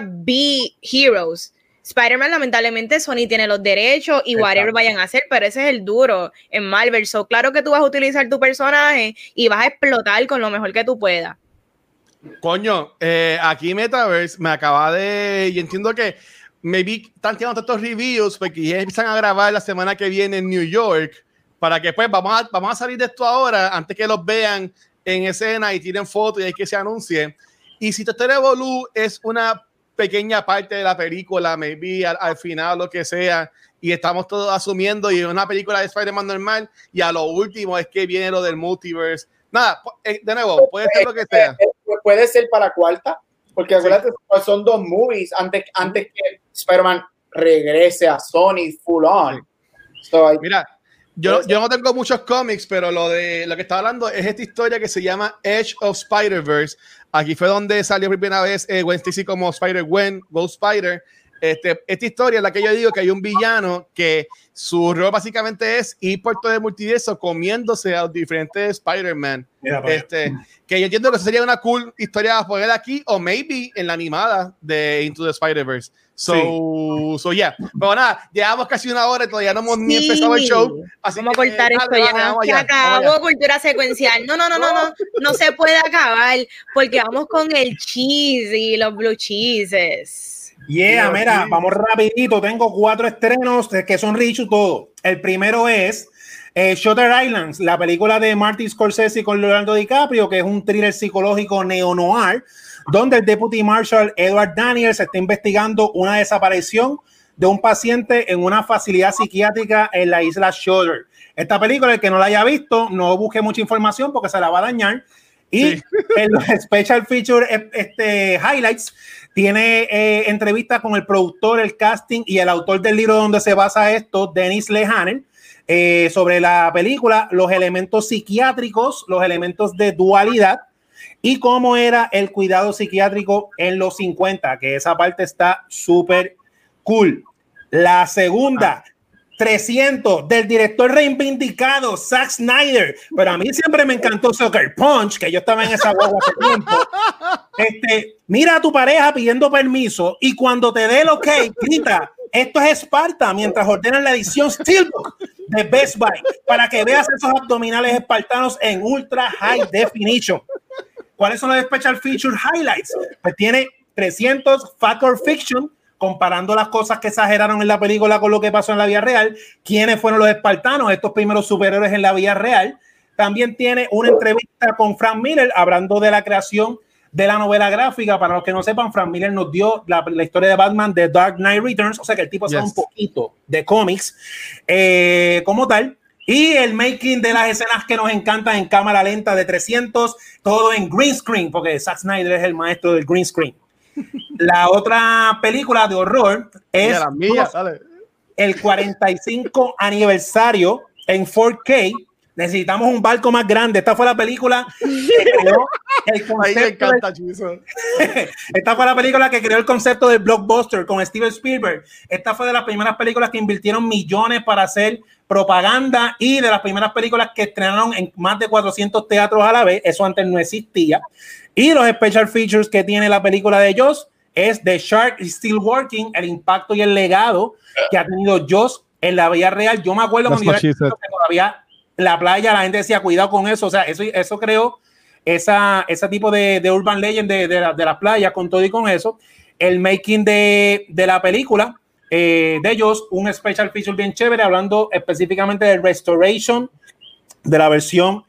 B-heroes. Spider-Man, lamentablemente, Sony tiene los derechos y Exacto. whatever vayan a hacer, pero ese es el duro en Marvel. So, claro que tú vas a utilizar tu personaje y vas a explotar con lo mejor que tú puedas. Coño, eh, aquí Metaverse me acaba de... Yo entiendo que maybe están tirando estos reviews porque ya empiezan a grabar la semana que viene en New York para que pues vamos a, vamos a salir de esto ahora antes que los vean en escena y tiren fotos y hay que se anuncie. Y si Doctor Evolu es una pequeña parte de la película, maybe al, al final lo que sea, y estamos todos asumiendo y es una película de Spider-Man normal y a lo último es que viene lo del multiverse. Nada, de nuevo, puede ser lo que sea. Puede ser para cuarta. Porque acuérdate, sí. son dos movies antes, antes que Spider-Man regrese a Sony full on. So, I, Mira, yo, yo no tengo muchos cómics, pero lo de lo que estaba hablando es esta historia que se llama Edge of Spider-Verse. Aquí fue donde salió por primera vez eh, Gwen Stacy como Spider-Gwen, Ghost Spider. Este, esta historia es la que yo digo que hay un villano que su rol básicamente es ir por todo el multiverso comiéndose a los diferentes Spider-Man. Este, que yo entiendo que eso sería una cool historia a poner aquí o maybe en la animada de Into the Spider-Verse. So, sí. so yeah. Pero nada, llevamos casi una hora y todavía no hemos sí. ni empezado el show. Así vamos que, a cortar eh, esto dale, ya. Vamos, se allá, acabó cultura secuencial. No, no, no, no, no. No se puede acabar porque vamos con el cheese y los blue cheeses. Yeah, mira, vamos rapidito. Tengo cuatro estrenos que son rich todo. El primero es eh, Shutter Islands, la película de Martin Scorsese con Leonardo DiCaprio, que es un thriller psicológico neo-noir, donde el Deputy Marshal Edward Daniels está investigando una desaparición de un paciente en una facilidad psiquiátrica en la isla Shutter. Esta película, el que no la haya visto, no busque mucha información porque se la va a dañar. Y sí. en los Special Feature este, Highlights tiene eh, entrevistas con el productor, el casting y el autor del libro donde se basa esto, Dennis Lehane, eh, sobre la película, los elementos psiquiátricos, los elementos de dualidad y cómo era el cuidado psiquiátrico en los cincuenta, que esa parte está súper cool. La segunda, trescientos, del director reivindicado Zack Snyder, pero a mí siempre me encantó Sucker Punch, que yo estaba en esa guagua hace tiempo. Este, mira a tu pareja pidiendo permiso y cuando te dé el ok, grita, esto es Esparta, mientras ordenan la edición Steelbook de Best Buy, para que veas esos abdominales espartanos en ultra high definition. ¿Cuáles son los Special Feature Highlights? Pues tiene trescientos Fact or Fiction, comparando las cosas que exageraron en la película con lo que pasó en la vida real. ¿Quiénes fueron los espartanos, estos primeros superhéroes en la vida real? También tiene una entrevista con Frank Miller hablando de la creación de la novela gráfica. Para los que no sepan, Frank Miller nos dio la, la historia de Batman de Dark Knight Returns, o sea que el tipo yes. sabe un poquito de cómics eh, como tal. Y el making de las escenas que nos encantan en cámara lenta de trescientos, todo en green screen, porque Zack Snyder es el maestro del green screen. La otra película de horror es mía, mía, el cuarenta y cinco aniversario en cuatro K. Necesitamos un barco más grande. Esta fue la película que creó el concepto. Del... Esta fue la película que creó el concepto del blockbuster con Steven Spielberg. Esta fue de las primeras películas que invirtieron millones para hacer propaganda y de las primeras películas que estrenaron en más de cuatrocientos teatros a la vez. Eso antes no existía. Y los special features que tiene la película de Jaws es The Shark is Still Working, el impacto y el legado que ha tenido Jaws en la vida real. Yo me acuerdo That's cuando yo era que todavía la playa, la gente decía cuidado con eso, o sea, eso, eso creó esa, ese tipo de, de urban legend de, de, la, de las playas con todo y con eso. El making de, de la película eh, de ellos, un special feature bien chévere, hablando específicamente del restoration de la versión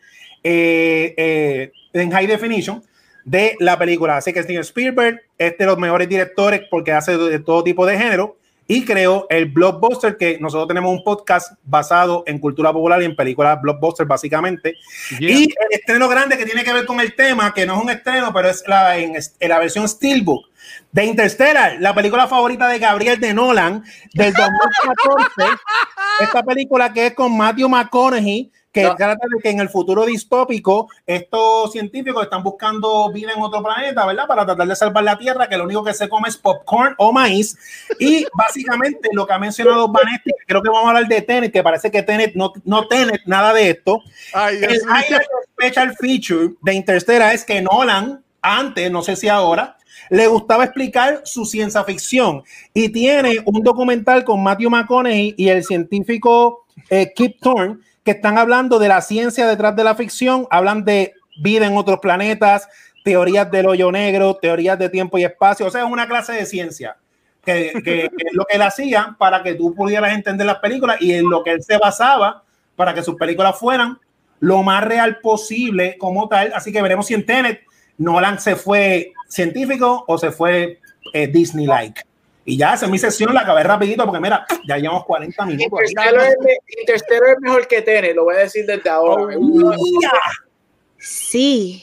eh, eh, en high definition de la película. Así que Steven Spielberg es de los mejores directores porque hace de todo tipo de género y creó el blockbuster, que nosotros tenemos un podcast basado en cultura popular y en películas blockbuster básicamente. Yeah. Y el estreno grande que tiene que ver con el tema, que no es un estreno, pero es la, en, en la versión Steelbook de Interstellar, la película favorita de Gabriel de Nolan del dos mil catorce. Esta película que es con Matthew McConaughey, que no. trata de que en el futuro distópico estos científicos están buscando vida en otro planeta, ¿verdad? Para tratar de salvar la Tierra, que lo único que se come es popcorn o maíz. Y básicamente lo que ha mencionado Vanetti, creo que vamos a hablar de Tenet, que parece que Tenet no, no Tenet nada de esto. Ay, el highlight special feature de Interstellar es que Nolan, antes, no sé si ahora, le gustaba explicar su ciencia ficción y tiene un documental con Matthew McConaughey y el científico eh, Kip Thorne, que están hablando de la ciencia detrás de la ficción, hablan de vida en otros planetas, teorías del hoyo negro, teorías de tiempo y espacio, o sea, es una clase de ciencia que, que, que es lo que él hacía para que tú pudieras entender las películas y en lo que él se basaba para que sus películas fueran lo más real posible como tal. Así que veremos si en Tenet Nolan se fue científico o se fue eh, Disney-like. Y ya, esa es mi sesión, la acabé rapidito porque mira, ya llevamos cuarenta minutos. Interstellar es, Interstellar es mejor que Tenet, lo voy a decir desde ahora. Oh, yeah. Sí.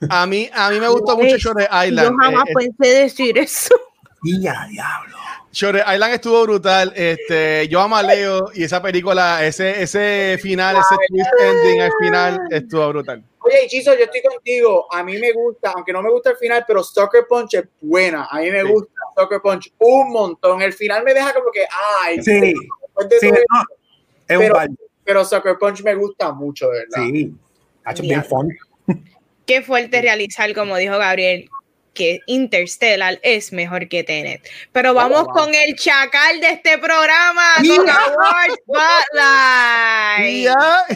A mí, a mí me gustó mucho Shutter Island. Yo jamás eh, pensé decir eso. Y ya, diablo. Shutter Island estuvo brutal. Este, yo amo a Leo y esa película, ese, ese final, ese twist ending al final estuvo brutal. Oye, Chizo, yo estoy contigo. A mí me gusta, aunque no me gusta el final, pero Sucker Punch es buena. A mí me sí. gusta Sucker Punch un montón. El final me deja como que, ay, sí, de sí no, es pero, un pero Sucker Punch me gusta mucho, de verdad. Sí, ha hecho bien fun. Qué fuerte realizar, como dijo Gabriel, que Interstellar es mejor que Tenet. Pero vamos oh, wow. con el chacal de este programa, yeah. con Award Spotlight. Yeah.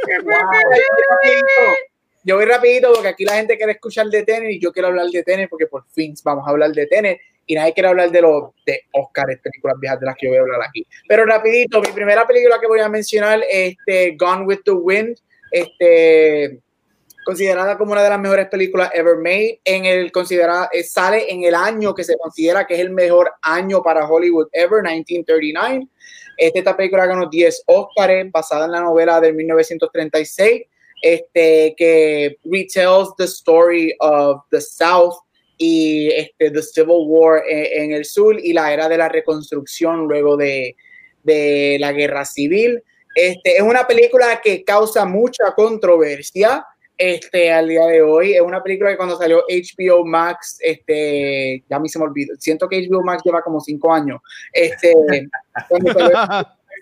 Yo voy rapidito porque aquí la gente quiere escuchar de Tenet y yo quiero hablar de Tenet porque por fin vamos a hablar de Tenet y nadie quiere hablar de los de Oscars, películas viejas de las que yo voy a hablar aquí. Pero rapidito, mi primera película que voy a mencionar es este, Gone with the Wind, este... considerada como una de las mejores películas ever made, en el considerada eh, sale en el año que se considera que es el mejor año para Hollywood ever, nineteen thirty-nine. Este, esta película ganó diez Oscars, basada en la novela de mil novecientos treinta y seis, este, que retells the story of the South y este, the Civil War en, en el sur y la era de la reconstrucción luego de, de la guerra civil. Este, es una película que causa mucha controversia. Este, al día de hoy, es una película que cuando salió H B O Max, este, ya a mí se me olvidó, siento que H B O Max lleva como cinco años, este, salió,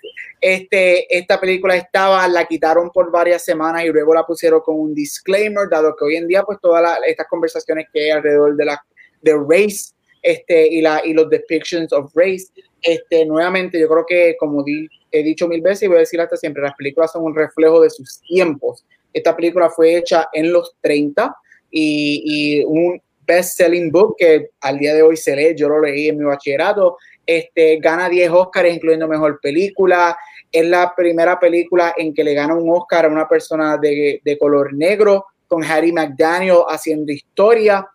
este, esta película estaba, la quitaron por varias semanas y luego la pusieron con un disclaimer, dado que hoy en día, pues todas la, estas conversaciones que hay alrededor de la de race, este, y, la, y los depictions of race, este, nuevamente, yo creo que, como di, he dicho mil veces y voy a decir hasta siempre, las películas son un reflejo de sus tiempos. Esta película fue hecha en los treinta y, y un best-selling book que al día de hoy se lee, yo lo leí en mi bachillerato, este, gana diez Oscars, incluyendo Mejor Película. Es la primera película en que le gana un Oscar a una persona de, de color negro, con Hattie McDaniel haciendo historia.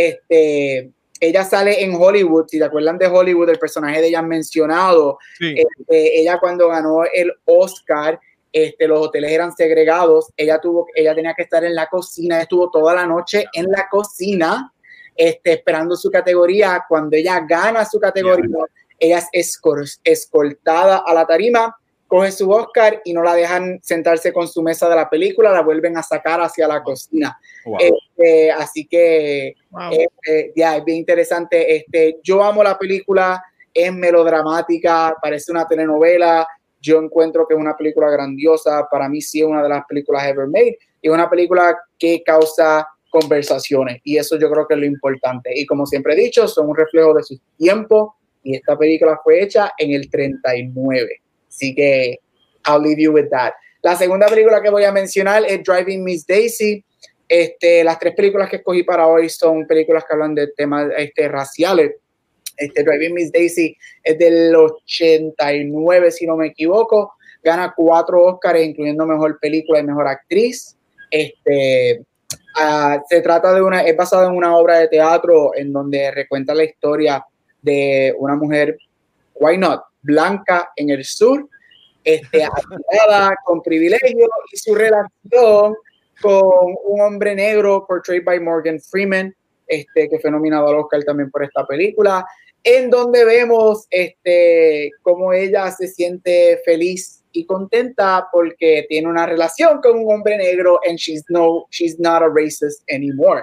Este, ella sale en Hollywood, si te acuerdan de Hollywood, el personaje de ella mencionado, sí. este, ella cuando ganó el Oscar, Este, los hoteles eran segregados, ella tuvo, ella tenía que estar en la cocina, estuvo toda la noche en la cocina, este, esperando su categoría. Cuando ella gana su categoría, yeah. ella es escort, escoltada a la tarima, coge su Oscar y no la dejan sentarse con su mesa de la película, la vuelven a sacar hacia la cocina. Wow. Este, así que wow. este, ya es bien interesante. Este, yo amo la película, es melodramática, parece una telenovela. Yo encuentro que es una película grandiosa. Para mí sí es una de las películas ever made. Y es una película que causa conversaciones. Y eso yo creo que es lo importante. Y como siempre he dicho, son un reflejo de su tiempo. Y esta película fue hecha en el treinta y nueve. Así que I'll leave you with that. La segunda película que voy a mencionar es Driving Miss Daisy. Este, las tres películas que escogí para hoy son películas que hablan de temas este, raciales. Este, Driving Miss Daisy es del ochenta y nueve, si no me equivoco. Gana cuatro Oscars, incluyendo Mejor Película y Mejor Actriz. Este, uh, se trata de una, es basada en una obra de teatro en donde recuenta la historia de una mujer, why not, blanca en el sur, este, acomodada, con privilegios, y su relación con un hombre negro portrayed by Morgan Freeman, este, que fue nominado al Oscar también por esta película, en donde vemos este, cómo ella se siente feliz y contenta porque tiene una relación con un hombre negro and she's, no, she's not a racist anymore.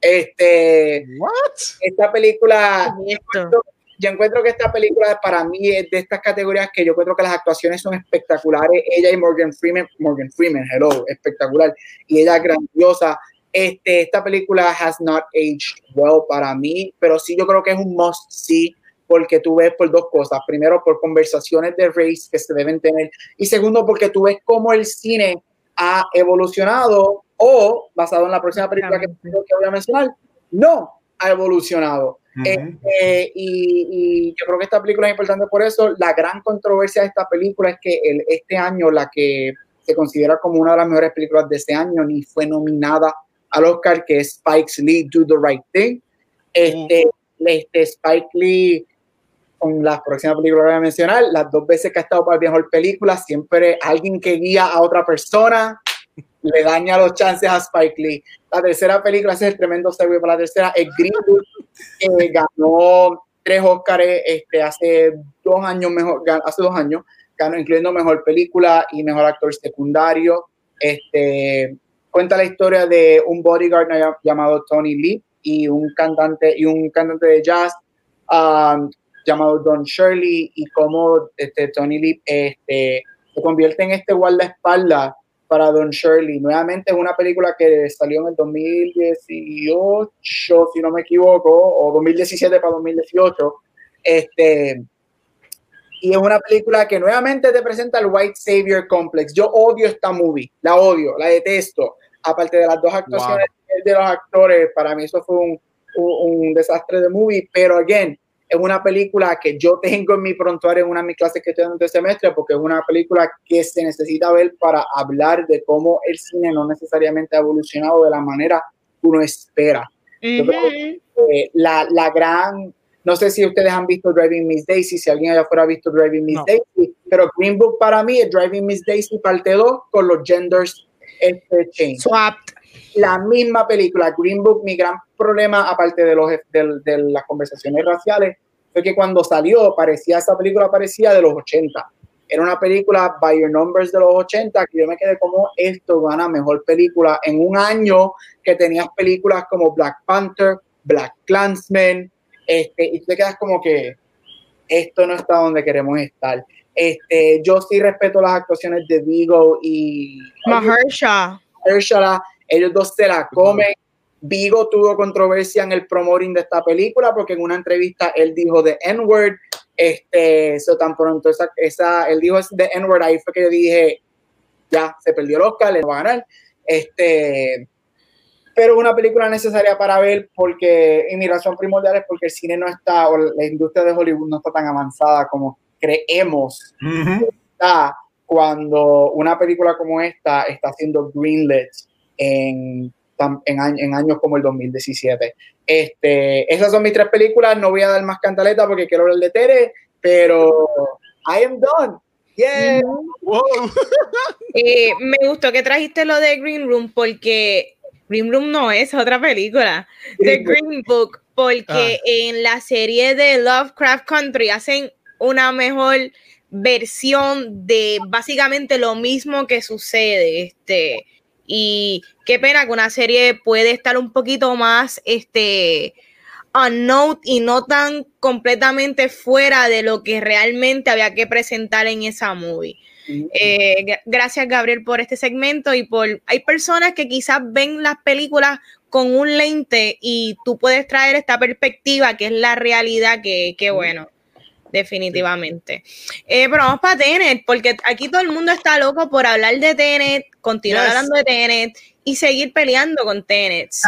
Este, What? Esta película, yo encuentro, yo encuentro que esta película para mí es de estas categorías que yo encuentro que las actuaciones son espectaculares. Ella y Morgan Freeman, Morgan Freeman, hello, espectacular. Y ella es grandiosa. Este, esta película has not aged well para mí, pero sí yo creo que es un must see porque tú ves por dos cosas. Primero, por conversaciones de race que se deben tener. Y segundo, porque tú ves cómo el cine ha evolucionado o, basado en la próxima película que, que voy a mencionar, no ha evolucionado. Uh-huh. este, y, y yo creo que esta película es importante por eso. La gran controversia de esta película es que el, este año la que se considera como una de las mejores películas de este año ni fue nominada al Oscar, que es Spike Lee, Do the Right Thing. Este, uh-huh. este Spike Lee, con las próximas películas que voy a mencionar, las dos veces que ha estado para mejor película, siempre alguien que guía a otra persona. le daña los chances a Spike Lee. La tercera película, ese es el tremendo segue para la tercera, es Green Book, que ganó tres Oscars este, hace dos años, mejor, hace dos años, ganó, incluyendo mejor película y mejor actor secundario. Este, cuenta la historia de un bodyguard llamado Tony Lee y un cantante y un cantante de jazz um, llamado Don Shirley, y cómo este, Tony Lee este, se convierte en este guardaespaldas para Don Shirley. Nuevamente es una película que salió en el dos mil dieciocho, si no me equivoco, o dos mil diecisiete para dos mil dieciocho. Este, y es una película que nuevamente te presenta el White Savior Complex. Yo odio esta movie, la odio, la detesto. Aparte de las dos actuaciones wow. de los actores, para mí eso fue un, un, un desastre de movie, pero again, es una película que yo tengo en mi prontuario en una de mis clases que estoy dando este semestre, porque es una película que se necesita ver para hablar de cómo el cine no necesariamente ha evolucionado de la manera que uno espera. Uh-huh. Yo creo que, eh, la, la gran, no sé si ustedes han visto Driving Miss Daisy, si alguien allá afuera ha visto Driving Miss no. Daisy, pero Green Book para mí es Driving Miss Daisy parte dos con los genders este, change. Swapped. La misma película, Green Book, mi gran problema, aparte de, los, de, de las conversaciones raciales, fue que cuando salió, parecía, esa película parecía de los ochenta. Era una película by your numbers de los ochenta, que yo me quedé como, esto gana mejor película en un año que tenías películas como Black Panther, Black Klansman, este, y te quedas como que esto no está donde queremos estar. Este, yo sí respeto las actuaciones de Viggo y Mahershala. Mahershala. Ellos dos se la comen. Viggo tuvo controversia en el promoting de esta película porque en una entrevista él dijo the N-word. Este, eso tan pronto esa, esa, él dijo the N-word, ahí fue que yo dije, ya, se perdió el Oscar, le va a ganar. Este, pero es una película necesaria para ver porque, y mi razón primordial es porque el cine no está, o la industria de Hollywood no está tan avanzada como creemos uh-huh. que está cuando una película como esta está siendo greenlit en, en, en años como el dos mil diecisiete. Este, esas son mis tres películas, no voy a dar más cantaleta porque quiero hablar de Tere, pero I am done. Yeah. Wow. eh, me gustó que trajiste lo de Green Room porque Green Room no es otra película, The Green Book, porque ah. en la serie de Lovecraft Country hacen una mejor versión de básicamente lo mismo que sucede, este, y qué pena que una serie puede estar un poquito más, este, unknown y no tan completamente fuera de lo que realmente había que presentar en esa movie. Uh-huh. Eh, gracias, Gabriel, por este segmento y por, hay personas que quizás ven las películas con un lente y tú puedes traer esta perspectiva que es la realidad, que, que bueno. Definitivamente. Eh, pero vamos para Tenet, porque aquí todo el mundo está loco por hablar de Tenet, continuar yes. hablando de Tenet y seguir peleando con Tenet. So,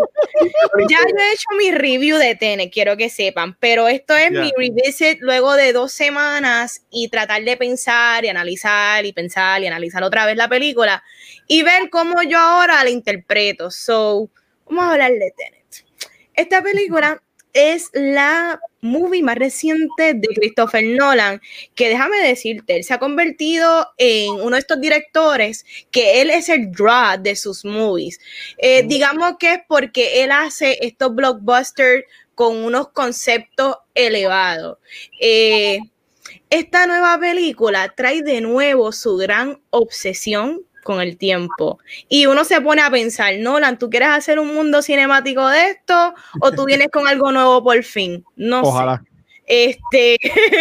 ya yo he hecho mi review de Tenet, quiero que sepan, pero esto es yeah. mi revisit luego de dos semanas y tratar de pensar y analizar y pensar y analizar otra vez la película y ver cómo yo ahora la interpreto. So, vamos a hablar de Tenet. Esta película es la movie más reciente de Christopher Nolan, que déjame decirte, él se ha convertido en uno de estos directores que él es el draw de sus movies. Eh, mm. Digamos que es porque él hace estos blockbusters con unos conceptos elevados. Eh, esta nueva película trae de nuevo su gran obsesión con el tiempo. Y uno se pone a pensar, Nolan, ¿tú quieres hacer un mundo cinemático de esto? ¿O tú vienes con algo nuevo por fin? No Ojalá. sé. Este,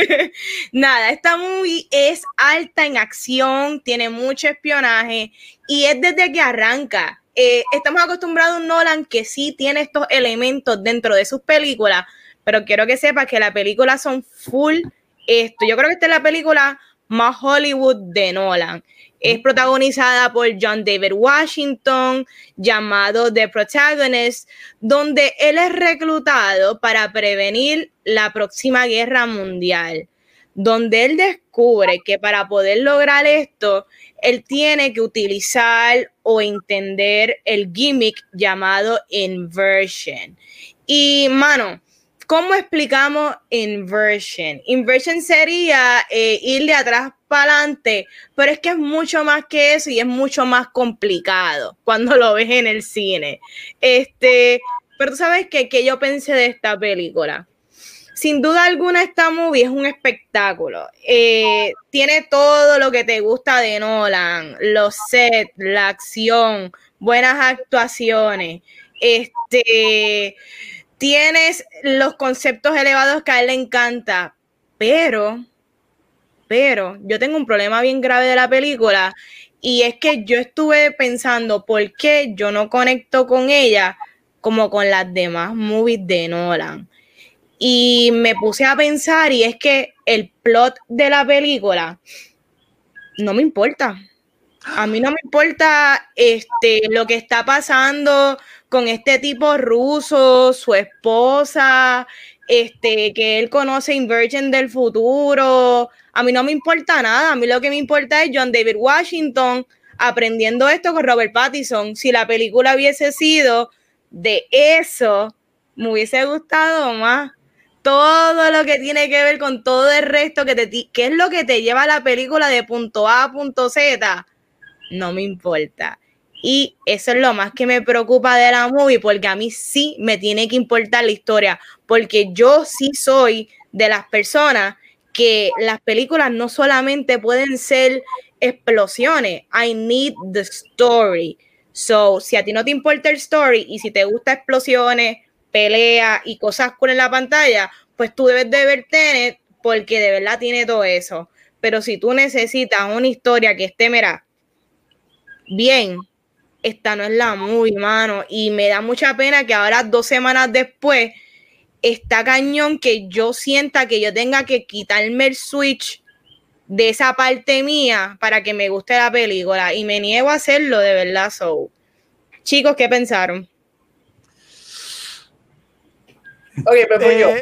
nada, esta movie es alta en acción, tiene mucho espionaje y es desde que arranca. Eh, estamos acostumbrados a un Nolan que sí tiene estos elementos dentro de sus películas, pero quiero que sepas que las películas son full esto. Yo creo que esta es la película más Hollywood de Nolan. Es protagonizada por John David Washington, llamado The Protagonist, donde él es reclutado para prevenir la próxima guerra mundial, donde él descubre que para poder lograr esto, él tiene que utilizar o entender el gimmick llamado inversion. Y, mano, ¿Cómo explicamos inversion? Inversion sería eh, ir de atrás para adelante, pero es que es mucho más que eso y es mucho más complicado cuando lo ves en el cine. Este, pero tú sabes que, que yo pensé de esta película. Sin duda alguna, esta movie es un espectáculo. Eh, tiene todo lo que te gusta de Nolan, los sets, la acción, buenas actuaciones. Este, tienes los conceptos elevados que a él le encanta, pero, pero yo tengo un problema bien grave de la película y es que yo estuve pensando por qué yo no conecto con ella como con las demás movies de Nolan. Y me puse a pensar y es que el plot de la película no me importa. A mí no me importa este, lo que está pasando con este tipo ruso, su esposa, este, que él conoce Inversion del futuro. A mí no me importa nada. A mí lo que me importa es John David Washington aprendiendo esto con Robert Pattinson. Si la película hubiese sido de eso, me hubiese gustado más. Todo lo que tiene que ver con todo el resto, que, te, que es lo que te lleva a la película de punto A a punto Z, no me importa. Y eso es lo más que me preocupa de la movie, porque a mí sí me tiene que importar la historia, porque yo sí soy de las personas que las películas no solamente pueden ser explosiones, I need the story. So, si a ti no te importa el story y si te gusta explosiones, pelea y cosas cool en la pantalla, pues tú debes de ver Tenet porque de verdad tiene todo eso. Pero si tú necesitas una historia que esté, mira, bien, esta no es la movie, mano, y me da mucha pena que ahora dos semanas después está cañón que yo sienta que yo tenga que quitarme el switch de esa parte mía para que me guste la película y me niego a hacerlo de verdad. So, chicos, ¿qué pensaron? Ok, pues voy yo. Eh,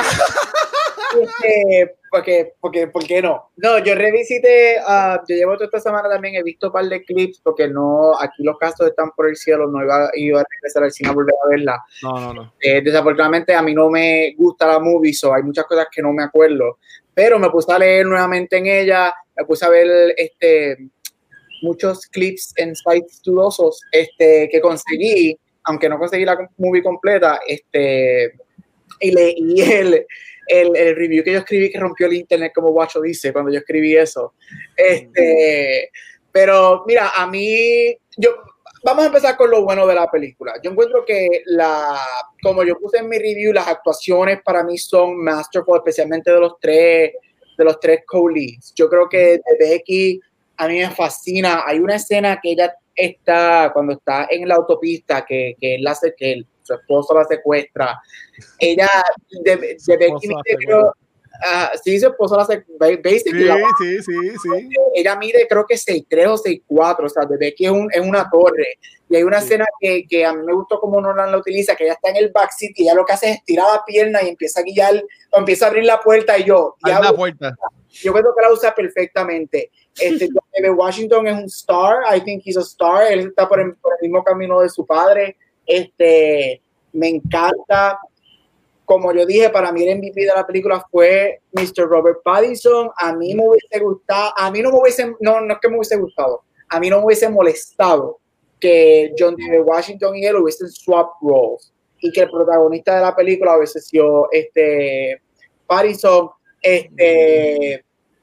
Este, porque, porque, ¿por qué no? No, yo revisité, uh, yo llevo toda esta semana también, he visto un par de clips, porque no, aquí los casos están por el cielo, no iba, iba a regresar al cine a volver a verla. no, no, no. Eh, desafortunadamente a mí no me gusta la movie, so hay muchas cosas que no me acuerdo, pero me puse a leer nuevamente en ella, me puse a ver este, muchos clips en sites dudosos este, que conseguí, aunque no conseguí la movie completa, este, y leí el... El, el review que yo escribí que rompió el internet, como Guacho dice cuando yo escribí eso. Este, pero mira, a mí, yo, vamos a empezar con lo bueno de la película. Yo encuentro que la, como yo puse en mi review, las actuaciones para mí son masterful, especialmente de los tres, de los tres co-leads. Yo creo que de Becky a mí me fascina. Hay una escena que ella está, cuando está en la autopista, que, que él hace que él, su esposo la secuestra. Ella, de, de, de Becky, creo, uh, sí, su esposo la secuestra. Sí, sí, sí, sí. Ella mide, creo que seis tres o seis cuatro, o sea, de Becky es, un, es una torre. Y hay una sí. escena que, que a mí me gustó como Nolan la utiliza, que ella está en el backseat y ella lo que hace es estirar la pierna y empieza a guiar, o empieza a abrir la puerta y yo. Ya la puerta. Yo creo que la usa perfectamente. Este, Washington es un star, I think he's a star, él está por el, por el mismo camino de su padre. Este, me encanta, como yo dije, para mí el M V P de la película fue mister Robert Pattinson. A mí me hubiese gustado, a mí no me hubiese, no, no es que me hubiese gustado, a mí no me hubiese molestado que John David Washington y él hubiesen swap roles y que el protagonista de la película hubiese sido este Pattinson. Este,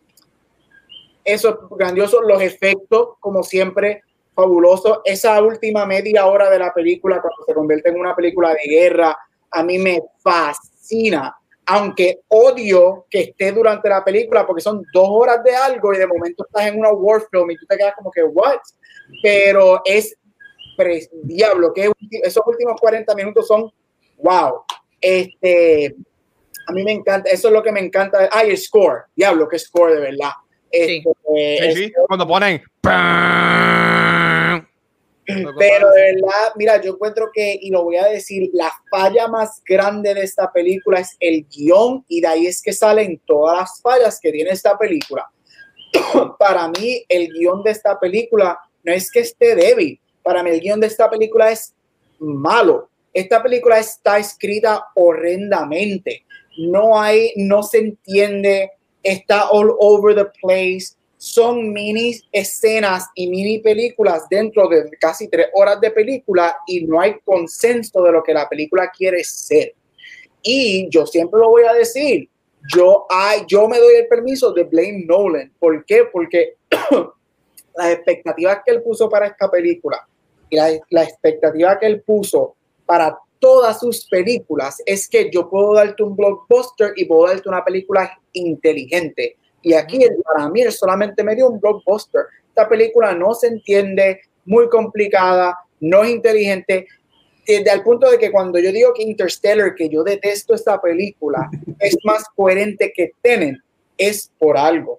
eso es grandioso, los efectos, como siempre, fabuloso. Esa última media hora de la película, cuando se convierte en una película de guerra, a mí me fascina, aunque odio que esté durante la película porque son dos horas de algo y de momento estás en una war film y tú te quedas como que what, pero es pre diablo, que esos últimos cuarenta minutos son wow. Este, a mí me encanta, eso es lo que me encanta. Ay, el score, diablo, que score de verdad. Este, sí. Eh, sí, sí. Cuando ponen pero de verdad, mira, yo encuentro que, y lo voy a decir, la falla más grande de esta película es el guión, y de ahí es que salen todas las fallas que tiene esta película. Para mí, el guión de esta película no es que esté débil, para mí el guión de esta película es malo. esta película está escrita horrendamente. No hay, no se entiende, está all over the place. Son mini escenas y mini películas dentro de casi tres horas de película y no hay consenso de lo que la película quiere ser. Y yo siempre lo voy a decir, yo, ay, yo me doy el permiso de blame Nolan. ¿Por qué? Porque las expectativas que él puso para esta película y la, la expectativa que él puso para todas sus películas es que yo puedo darte un blockbuster y puedo darte una película inteligente. Y aquí, para mí, él solamente me dio un blockbuster. Esta película no se entiende, muy complicada, no es inteligente. Desde el punto de que cuando yo digo que Interstellar, que yo detesto esta película, es más coherente que Tenet, es por algo.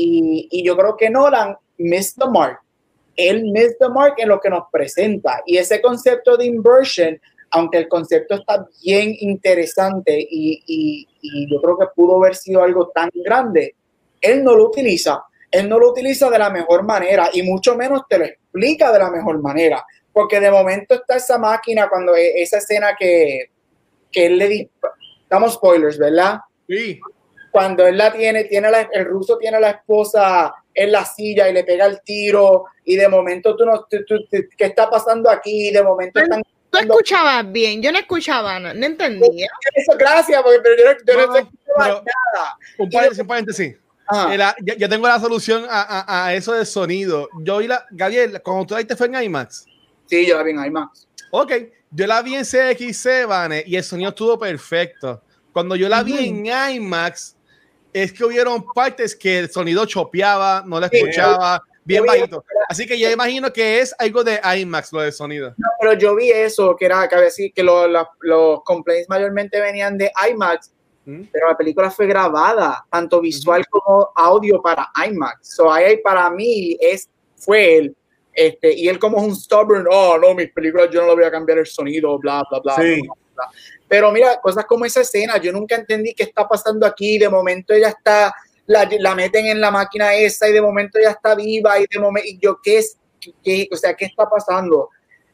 Y, y yo creo que Nolan missed the mark. Él missed the mark en lo que nos presenta. Y ese concepto de inversion, aunque el concepto está bien interesante y, y, y yo creo que pudo haber sido algo tan grande, él no lo utiliza, él no lo utiliza de la mejor manera y mucho menos te lo explica de la mejor manera, porque de momento está esa máquina cuando esa escena que, que él le dispara, damos spoilers, ¿verdad? Sí. Cuando él la tiene, tiene la, el ruso tiene a la esposa en la silla y le pega el tiro y de momento tú no, tú, tú, tú, ¿qué está pasando aquí? De momento están... Tú escuchabas bien, yo no escuchaba, no, no entendía. Eso, gracias, porque pero yo, yo no, no escuchaba pero, nada. Un paréntesis, un paréntesis. La, yo, yo tengo la solución a, a, a eso del sonido. Yo vi la, Gabriel, cuando tú la viste fue en IMAX. Sí, yo la vi en IMAX. Ok, yo la vi en C X C, Vane, y el sonido estuvo perfecto. Cuando yo la vi uh-huh. en IMAX, es que hubieron partes que el sonido chopeaba, no la escuchaba, sí, bien bajito. Así que yo imagino que es algo de IMAX, lo del sonido. No, pero yo vi eso, que era, que decir que lo, lo, los complaints mayormente venían de IMAX, ¿Mm? Pero la película fue grabada, tanto visual uh-huh. como audio para IMAX. So ahí para mí es, fue él. Este, y él como es un stubborn, oh, no, mis películas yo no le voy a cambiar el sonido, bla, bla, bla, sí. bla, bla. Pero mira, cosas como esa escena, yo nunca entendí qué está pasando aquí, de momento ella está, la, la meten en la máquina esa y de momento ella está viva y de momento, y yo, ¿qué es? Qué, o sea, ¿qué está pasando?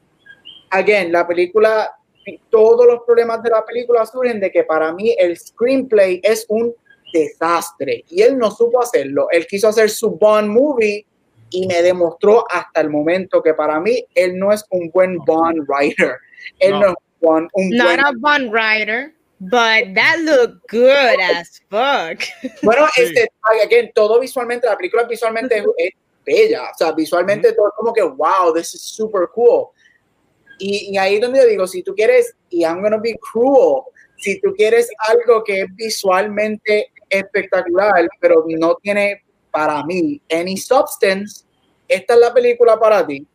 Again, la película, todos los problemas de la película surgen de que para mí el screenplay es un desastre y él no supo hacerlo. Él quiso hacer su Bond movie y me demostró hasta el momento que para mí él no es un buen Bond writer. Él no, no es un, un Not buen... a Bond writer, but that looked good as fuck. Bueno, sí. este, again, todo visualmente, la película visualmente es, es bella. O sea, visualmente mm-hmm. todo es como que, wow, this is super cool. Y, y ahí es donde yo digo, si tú quieres, y I'm gonna be cruel, si tú quieres algo que es visualmente espectacular, pero no tiene para mí any substance, esta es la película para ti.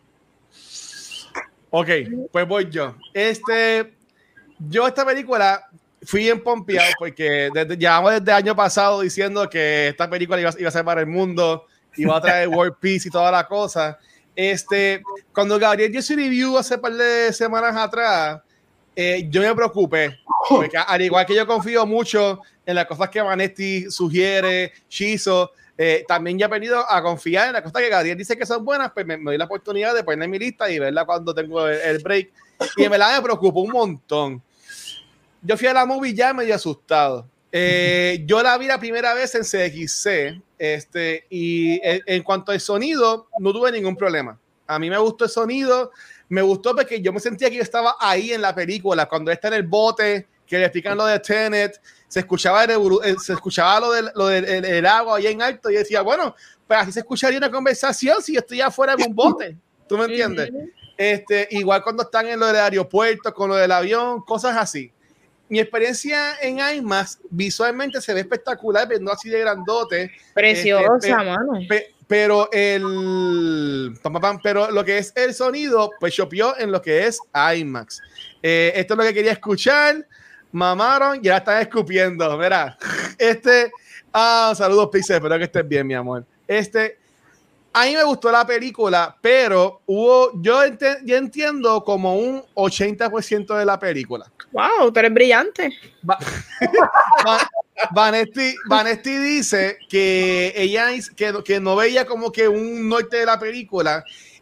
Ok, pues voy yo. Este, yo esta película fui en pompeado porque desde, llevamos desde el año pasado diciendo que esta película iba, iba a ser para el mundo, iba a traer World Peace y toda la cosa. Este, cuando Gabriel dio su review hace un par de semanas atrás, eh, yo me preocupé, porque al igual que yo confío mucho en las cosas que Vanetti sugiere, Shizo, eh, también ya he venido a confiar en las cosas que Gabriel dice que son buenas, pues me, me doy la oportunidad de ponerla en mi lista y verla cuando tengo el, el break, y en verdad me preocupó un montón. Yo fui a la movie ya medio asustado. Eh, yo la vi la primera vez en C X C, este, y en, en cuanto al sonido, no tuve ningún problema. A mí me gustó el sonido, me gustó porque yo me sentía que yo estaba ahí en la película, cuando está en el bote, que le explican lo de Tenet, se escuchaba, el, se escuchaba lo del, lo del el, el agua ahí en alto, y decía, bueno, pues así se escucharía una conversación si yo estoy afuera en un bote, ¿tú me entiendes? Este, igual cuando están en lo del aeropuerto, con lo del avión, cosas así. Mi experiencia en IMAX visualmente se ve espectacular, pero no así de grandote. Preciosa, este, pe, mano. Pe, pero el pero lo que es el sonido, pues chopió en lo que es IMAX. Eh, esto es lo que quería escuchar. Mamaron, ya están escupiendo. Mira, este, ah, saludos, Pixel, espero que estés bien, mi amor. Este, a mí me gustó la película, pero hubo, yo, ent yo entiendo como un ochenta por ciento de la película. Wow, tú eres brillante. Va Va Vanetti, Vanetti dice que ella que, que no veía como que un norte de la película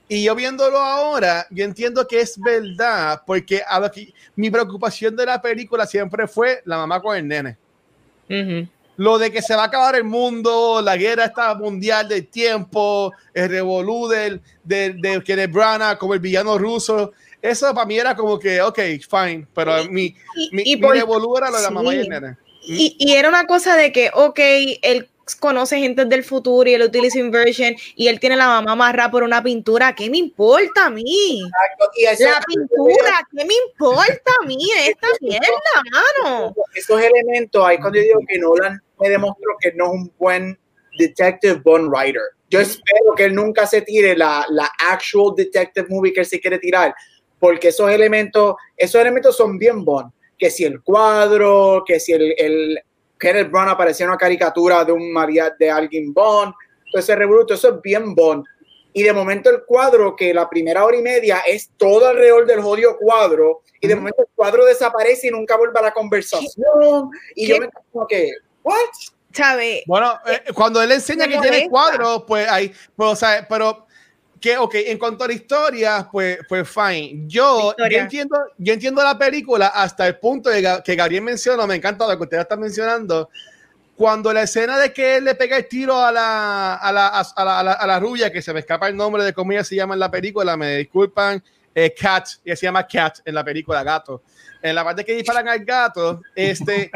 Y yo viéndolo ahora, yo entiendo que es verdad, porque a lo que, mi preocupación de la película siempre fue la mamá con el nene. Uh-huh. Lo de que se va a acabar el mundo, la guerra esta mundial del tiempo, el revolú del, del, del Kenneth Branagh como el villano ruso, eso para mí era como que, ok, fine, pero mi, y, mi, y mi por, revolú era lo de la sí. mamá y el nene. Y, y era una cosa de que, ok, él conoce gente del futuro y él utiliza inversion y él tiene la mamá amarrada por una pintura. ¿Qué me importa a mí? Exacto. Y eso, la pintura, ¿qué me importa a mí esta mierda, mano? Esos elementos, ahí cuando yo digo que Nolan me demostró que no es un buen detective Bond writer. Yo espero que él nunca se tire la, la actual detective movie que él se quiere tirar, porque esos elementos, esos elementos son bien Bond. Que si el cuadro, que si el, el Kenneth Branagh aparecía en una caricatura de un María de alguien Bond, todo ese revoluto, eso es bien Bond. Y de momento el cuadro, que la primera hora y media es todo alrededor del jodido cuadro, y de momento el cuadro desaparece y nunca vuelve a la conversación. Y ¿Qué? yo me como que, ¿what? ¿Sabe? Bueno, eh, cuando él enseña que tiene esta. cuadros, pues ahí, pues, o sea, pero que, ok, en cuanto a la historia, pues, pues fine. Yo, yo, entiendo, yo entiendo la película hasta el punto de que Gabriel menciona, me encanta lo que usted está mencionando, cuando la escena de que él le pega el tiro a la, a la, a la, a la, a la rubia, que se me escapa el nombre de cómo ella se llama en la película, me disculpan, eh, Cat, ella se llama Cat en la película, gato. En la parte que disparan al gato, este,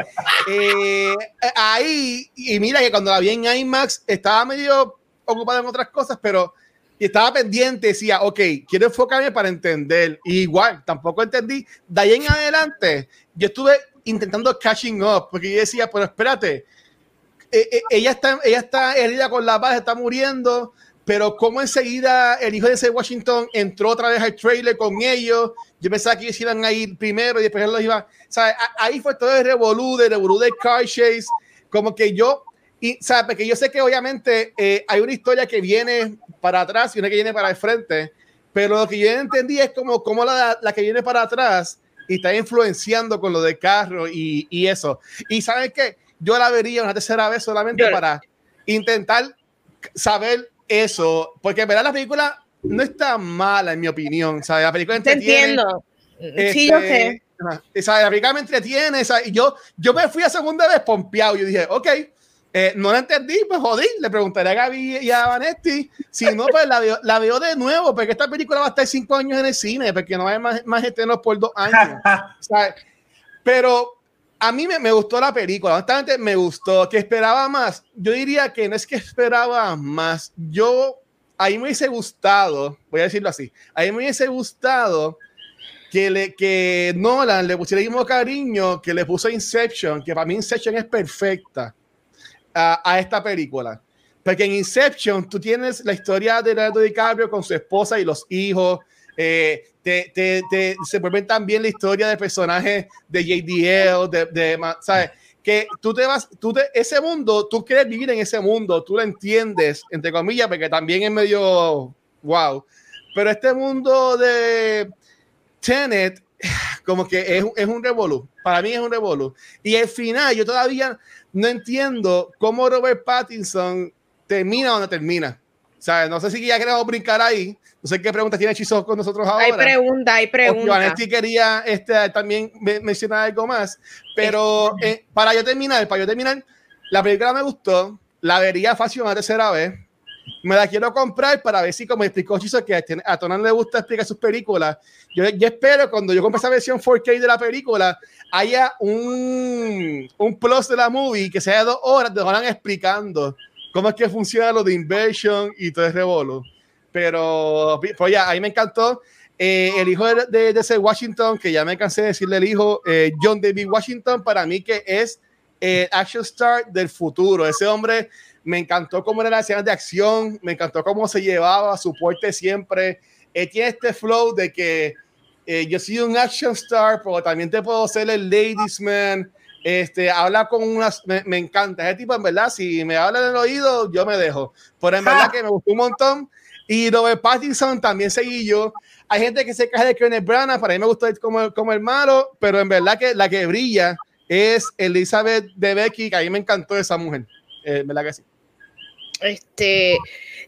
eh, ahí, y mira que cuando la vi en IMAX, estaba medio ocupado en otras cosas, pero y estaba pendiente, decía, ok, quiero enfocarme para entender. Y igual, tampoco entendí. De ahí en adelante, yo estuve intentando catching up, porque yo decía, pero espérate, eh, eh, ella está, ella está herida con la bala, está muriendo, pero como enseguida el hijo de ese Washington entró otra vez al trailer con ellos. Yo pensaba que ellos iban a ir primero y después los iban, ¿sabes? Ahí fue todo el revolú, el revolú del car chase, como que yo, y sabes, porque yo sé que obviamente eh, hay una historia que viene para atrás y una que viene para el frente, pero lo que yo entendí es como, como la, la que viene para atrás y está influenciando con lo de carro y, y eso. Y ¿saben qué? Yo la vería una tercera vez solamente yo, para intentar saber eso, porque en verdad la película no está mala en mi opinión, ¿sabes? La película entretiene. Te entiendo. Este, sí, yo sé. ¿sabes? La película me entretiene, ¿sabes? Y yo, yo me fui a segunda vez pompeado. Yo dije, ok, eh, no la entendí, pues jodí. Le preguntaré a Gaby y a Vanetti. Si no, pues la veo, la veo de nuevo, porque esta película va a estar cinco años en el cine, porque no hay más, más estrenos por dos años. ¿Sabes? Pero a mí me, me gustó la película, honestamente me gustó. ¿Que esperaba más? Yo diría que no es que esperaba más. Yo, a mí me hubiese gustado, voy a decirlo así, a mí me hubiese gustado que, le, que Nolan le pusiera el mismo cariño que le puso Inception, que para mí Inception es perfecta a, a esta película. Porque en Inception tú tienes la historia de Leonardo DiCaprio con su esposa y los hijos. Eh, te, te, te, se vuelve también la historia de personajes de J D L, de, de, ¿sabes? Que tú te vas, tú te, ese mundo, tú quieres vivir en ese mundo, tú lo entiendes, entre comillas, porque también es medio wow. Pero este mundo de Tenet, como que es, es un revolú. Para mí es un revolú. Y al final, yo todavía no entiendo cómo Robert Pattinson termina donde termina. ¿Sabes? No sé si ya queremos brincar ahí. No sé qué preguntas tiene Chizo con nosotros ahora. Hay pregunta, hay pregunta. Vanetti quería este, también mencionar algo más. Pero eh, para yo terminar, para yo terminar, la película me gustó. La vería fácil una tercera vez. Me la quiero comprar para ver si, como explicó Chizo, que a Tonan le gusta explicar sus películas. Yo, yo espero cuando yo compre esa versión cuatro K de la película, haya un, un plus de la movie que sea de dos horas, te van explicando cómo es que funciona lo de inversion y todo el revolú. Pero, pues ya, a mí me encantó. Eh, el hijo de, de, de ese Washington, que ya me cansé de decirle el hijo, eh, John David Washington, para mí que es el eh, action star del futuro. Ese hombre me encantó cómo era la escena de acción, me encantó cómo se llevaba, su porte siempre. Eh, tiene este flow de que eh, yo soy un action star, pero también te puedo ser el ladies man. Este, habla con unas, me, me encanta ese tipo, en verdad, si me habla en el oído, yo me dejo, pero en verdad que me gustó un montón. Y Robert Pattinson también seguí yo. Hay gente que se queja de Kenneth Branagh, para mí me gustó como, como el malo, pero en verdad que la que brilla es Elizabeth Debicki, que a mí me encantó esa mujer, eh, ¿verdad que sí? Este,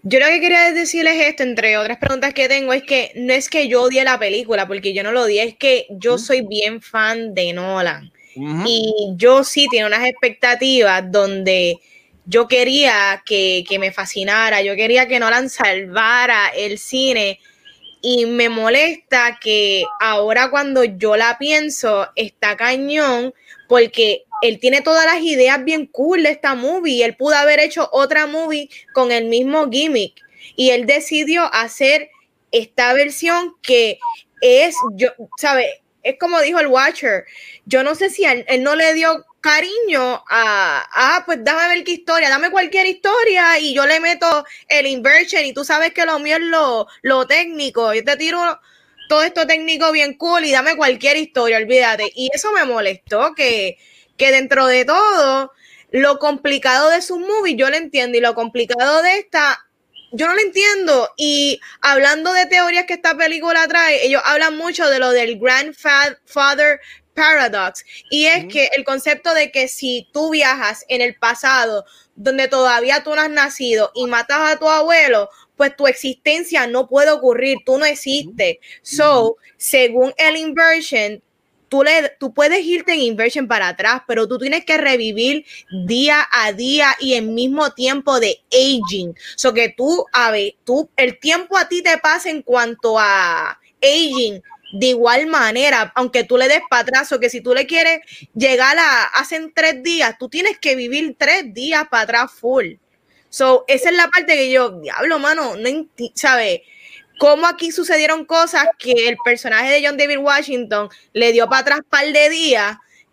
Yo lo que quería decirles esto, entre otras preguntas que tengo, es que no es que yo odie la película, porque yo no lo odié, es que yo uh-huh. soy bien fan de Nolan. Uh-huh. Y yo sí tengo unas expectativas donde yo quería que, que me fascinara, yo quería que Nolan salvara el cine. Y me molesta que ahora cuando yo la pienso, está cañón, porque él tiene todas las ideas bien cool de esta movie. Él pudo haber hecho otra movie con el mismo gimmick. Y él decidió hacer esta versión que es, yo, ¿sabes? Es como dijo el Watcher. Yo no sé si él, él no le dio cariño a, ah, pues dame ver qué historia, dame cualquier historia y yo le meto el inversion y tú sabes que lo mío es lo, lo técnico. Yo te tiro todo esto técnico bien cool y dame cualquier historia, olvídate. Y eso me molestó, que, que dentro de todo, lo complicado de su movie yo lo entiendo y lo complicado de esta, yo no lo entiendo. Y hablando de teorías que esta película trae, ellos hablan mucho de lo del grandfather paradox, y es mm. que el concepto de que si tú viajas en el pasado donde todavía tú no has nacido y matas a tu abuelo, pues tu existencia no puede ocurrir, tú no existes. Mm. So, según el inversion, tú, le, tú puedes irte en inversion para atrás, pero tú tienes que revivir día a día y en mismo tiempo de aging. So que tú, a ver, tú, el tiempo a ti te pasa en cuanto a aging, de igual manera, aunque tú le des para atrás, o que si tú le quieres llegar a hace tres días, tú tienes que vivir tres días para atrás full. So, esa es la parte que yo, diablo, mano, no enti- ¿sabes? Cómo aquí sucedieron cosas que el personaje de John David Washington le dio para atrás un par de días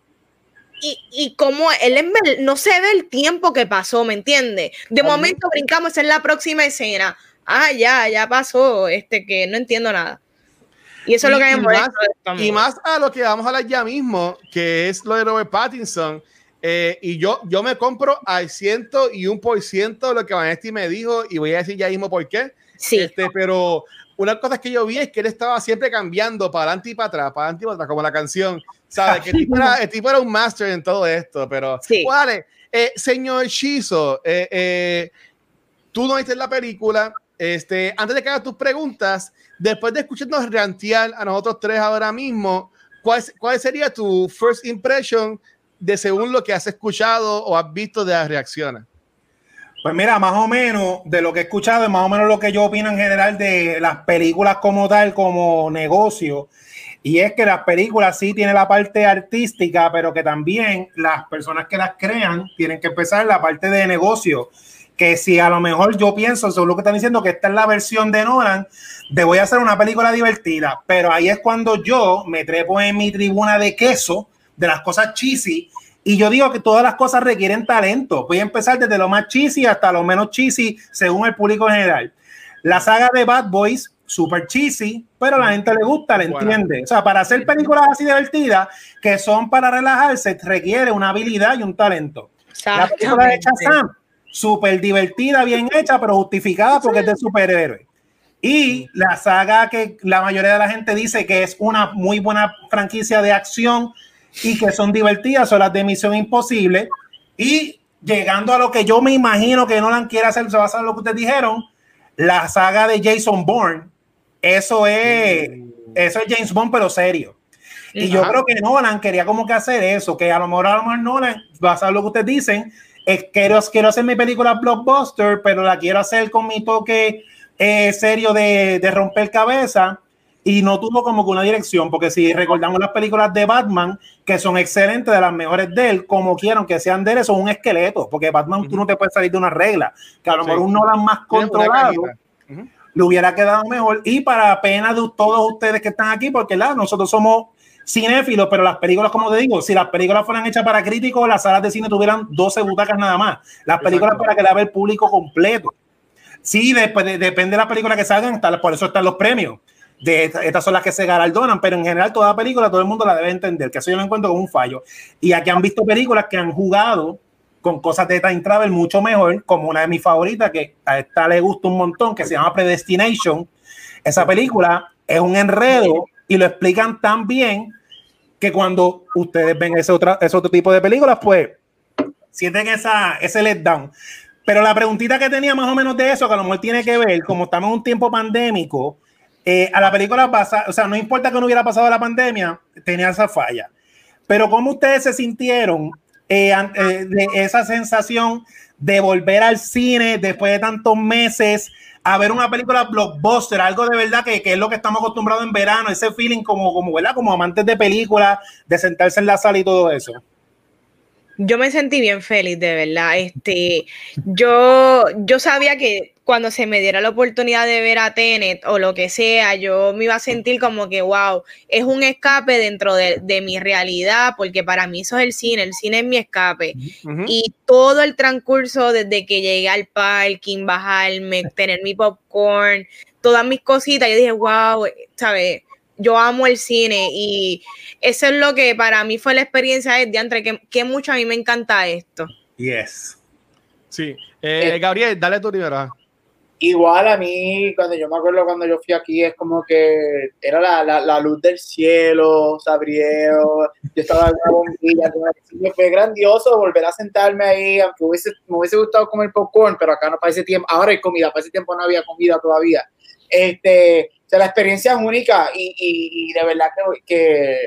y, y como él en ver, no se ve el tiempo que pasó, ¿me entiendes? De ¿A momento mí? brincamos, esa es la próxima escena. Ah, ya, ya pasó, este, que no entiendo nada. Y eso y, es lo que me molesta. Más, y más a lo que vamos a hablar ya mismo, que es lo de Robert Pattinson. Eh, y yo, yo me compro al ciento y un por ciento de lo que Vanesti me dijo, y voy a decir ya mismo por qué. Sí. Este, pero una cosa que yo vi es que él estaba siempre cambiando para adelante y para atrás, para adelante y para atrás, como la canción. ¿Sabes? Que el tipo, era, el tipo era un master en todo esto, pero... Sí. Vale, eh, señor Shizo, eh, eh, tú no viste la película. Este, antes de que hagas tus preguntas, después de escucharnos rantear a nosotros tres ahora mismo, ¿cuál, cuál sería tu first impression de según lo que has escuchado o has visto de las reacciones? Pues mira, más o menos de lo que he escuchado es más o menos lo que yo opino en general de las películas como tal, como negocio. Y es que las películas sí tienen la parte artística, pero que también las personas que las crean tienen que empezar la parte de negocio. Que si a lo mejor yo pienso, según lo que están diciendo, que esta es la versión de Nolan, de voy a hacer una película divertida, pero ahí es cuando yo me trepo en mi tribuna de queso, de las cosas cheesy, y yo digo que todas las cosas requieren talento. Voy a empezar desde lo más cheesy hasta lo menos cheesy, según el público en general. La saga de Bad Boys, súper cheesy, pero a la gente le gusta, le bueno. entiende. O sea, para hacer películas así divertidas, que son para relajarse, requiere una habilidad y un talento. La película de Shazam, súper divertida, bien hecha, pero justificada porque es de superhéroe. Y la saga que la mayoría de la gente dice que es una muy buena franquicia de acción y que son divertidas, son las de Misión Imposible. Y llegando a lo que yo me imagino que Nolan quiere hacer, se basa en lo que ustedes dijeron, la saga de Jason Bourne, eso es, eso es James Bond, pero serio. Y yo Ajá. creo que Nolan quería como que hacer eso, que a lo mejor, a lo mejor Nolan, basado en lo que ustedes dicen, es, quiero, quiero hacer mi película blockbuster, pero la quiero hacer con mi toque eh, serio de, de romper cabeza, y no tuvo como que una dirección, porque si recordamos las películas de Batman, que son excelentes, de las mejores de él, como quieran que sean de él, son un esqueleto, porque Batman uh-huh. tú no te puedes salir de una regla, que a lo mejor sí. un Nolan más controlado uh-huh. le hubiera quedado mejor. Y para pena de todos ustedes que están aquí, porque la, nosotros somos cinéfilos, pero las películas, como te digo, si las películas fueran hechas para críticos, las salas de cine tuvieran doce butacas nada más. Las películas Exacto. para que la vea el público completo. Sí, después de, depende de la película que salgan, está, por eso están los premios. De estas son las que se galardonan, pero en general toda película todo el mundo la debe entender, que eso yo lo encuentro como un fallo. Y aquí han visto películas que han jugado con cosas de time travel mucho mejor, como una de mis favoritas, que a esta le gusta un montón, que se llama Predestination. Esa película es un enredo y lo explican tan bien que cuando ustedes ven ese otro, ese otro tipo de películas, pues sienten esa, ese letdown. Pero la preguntita que tenía más o menos de eso, que a lo mejor tiene que ver, como estamos en un tiempo pandémico, eh, a la película pasa, o sea, no importa que no hubiera pasado la pandemia, tenía esa falla. Pero ¿cómo ustedes se sintieron eh, eh, de esa sensación de volver al cine después de tantos meses a ver una película blockbuster, algo de verdad que, que es lo que estamos acostumbrados en verano, ese feeling como, como, ¿verdad? Como amantes de películas, de sentarse en la sala y todo eso? Yo me sentí bien feliz, de verdad. Este, yo, yo sabía que cuando se me diera la oportunidad de ver a Tenet o lo que sea, yo me iba a sentir como que, wow, es un escape dentro de, de mi realidad, porque para mí eso es el cine, el cine es mi escape. Uh-huh. Y todo el transcurso desde que llegué al parking, bajarme, tener mi popcorn, todas mis cositas, yo dije, wow, ¿sabes? Yo amo el cine y eso es lo que para mí fue la experiencia de diantre, que, que mucho a mí me encanta esto. Yes. Sí. Eh, eh, Gabriel, dale tu primero. Igual a mí, cuando yo me acuerdo cuando yo fui aquí, es como que era la, la, la luz del cielo, se abrió, yo estaba en una bombilla, fue grandioso volver a sentarme ahí, aunque hubiese, me hubiese gustado comer popcorn, pero acá no para ese tiempo, ahora hay comida, para ese tiempo no había comida todavía. Este, o sea, la experiencia es única y, y, y de verdad que, que,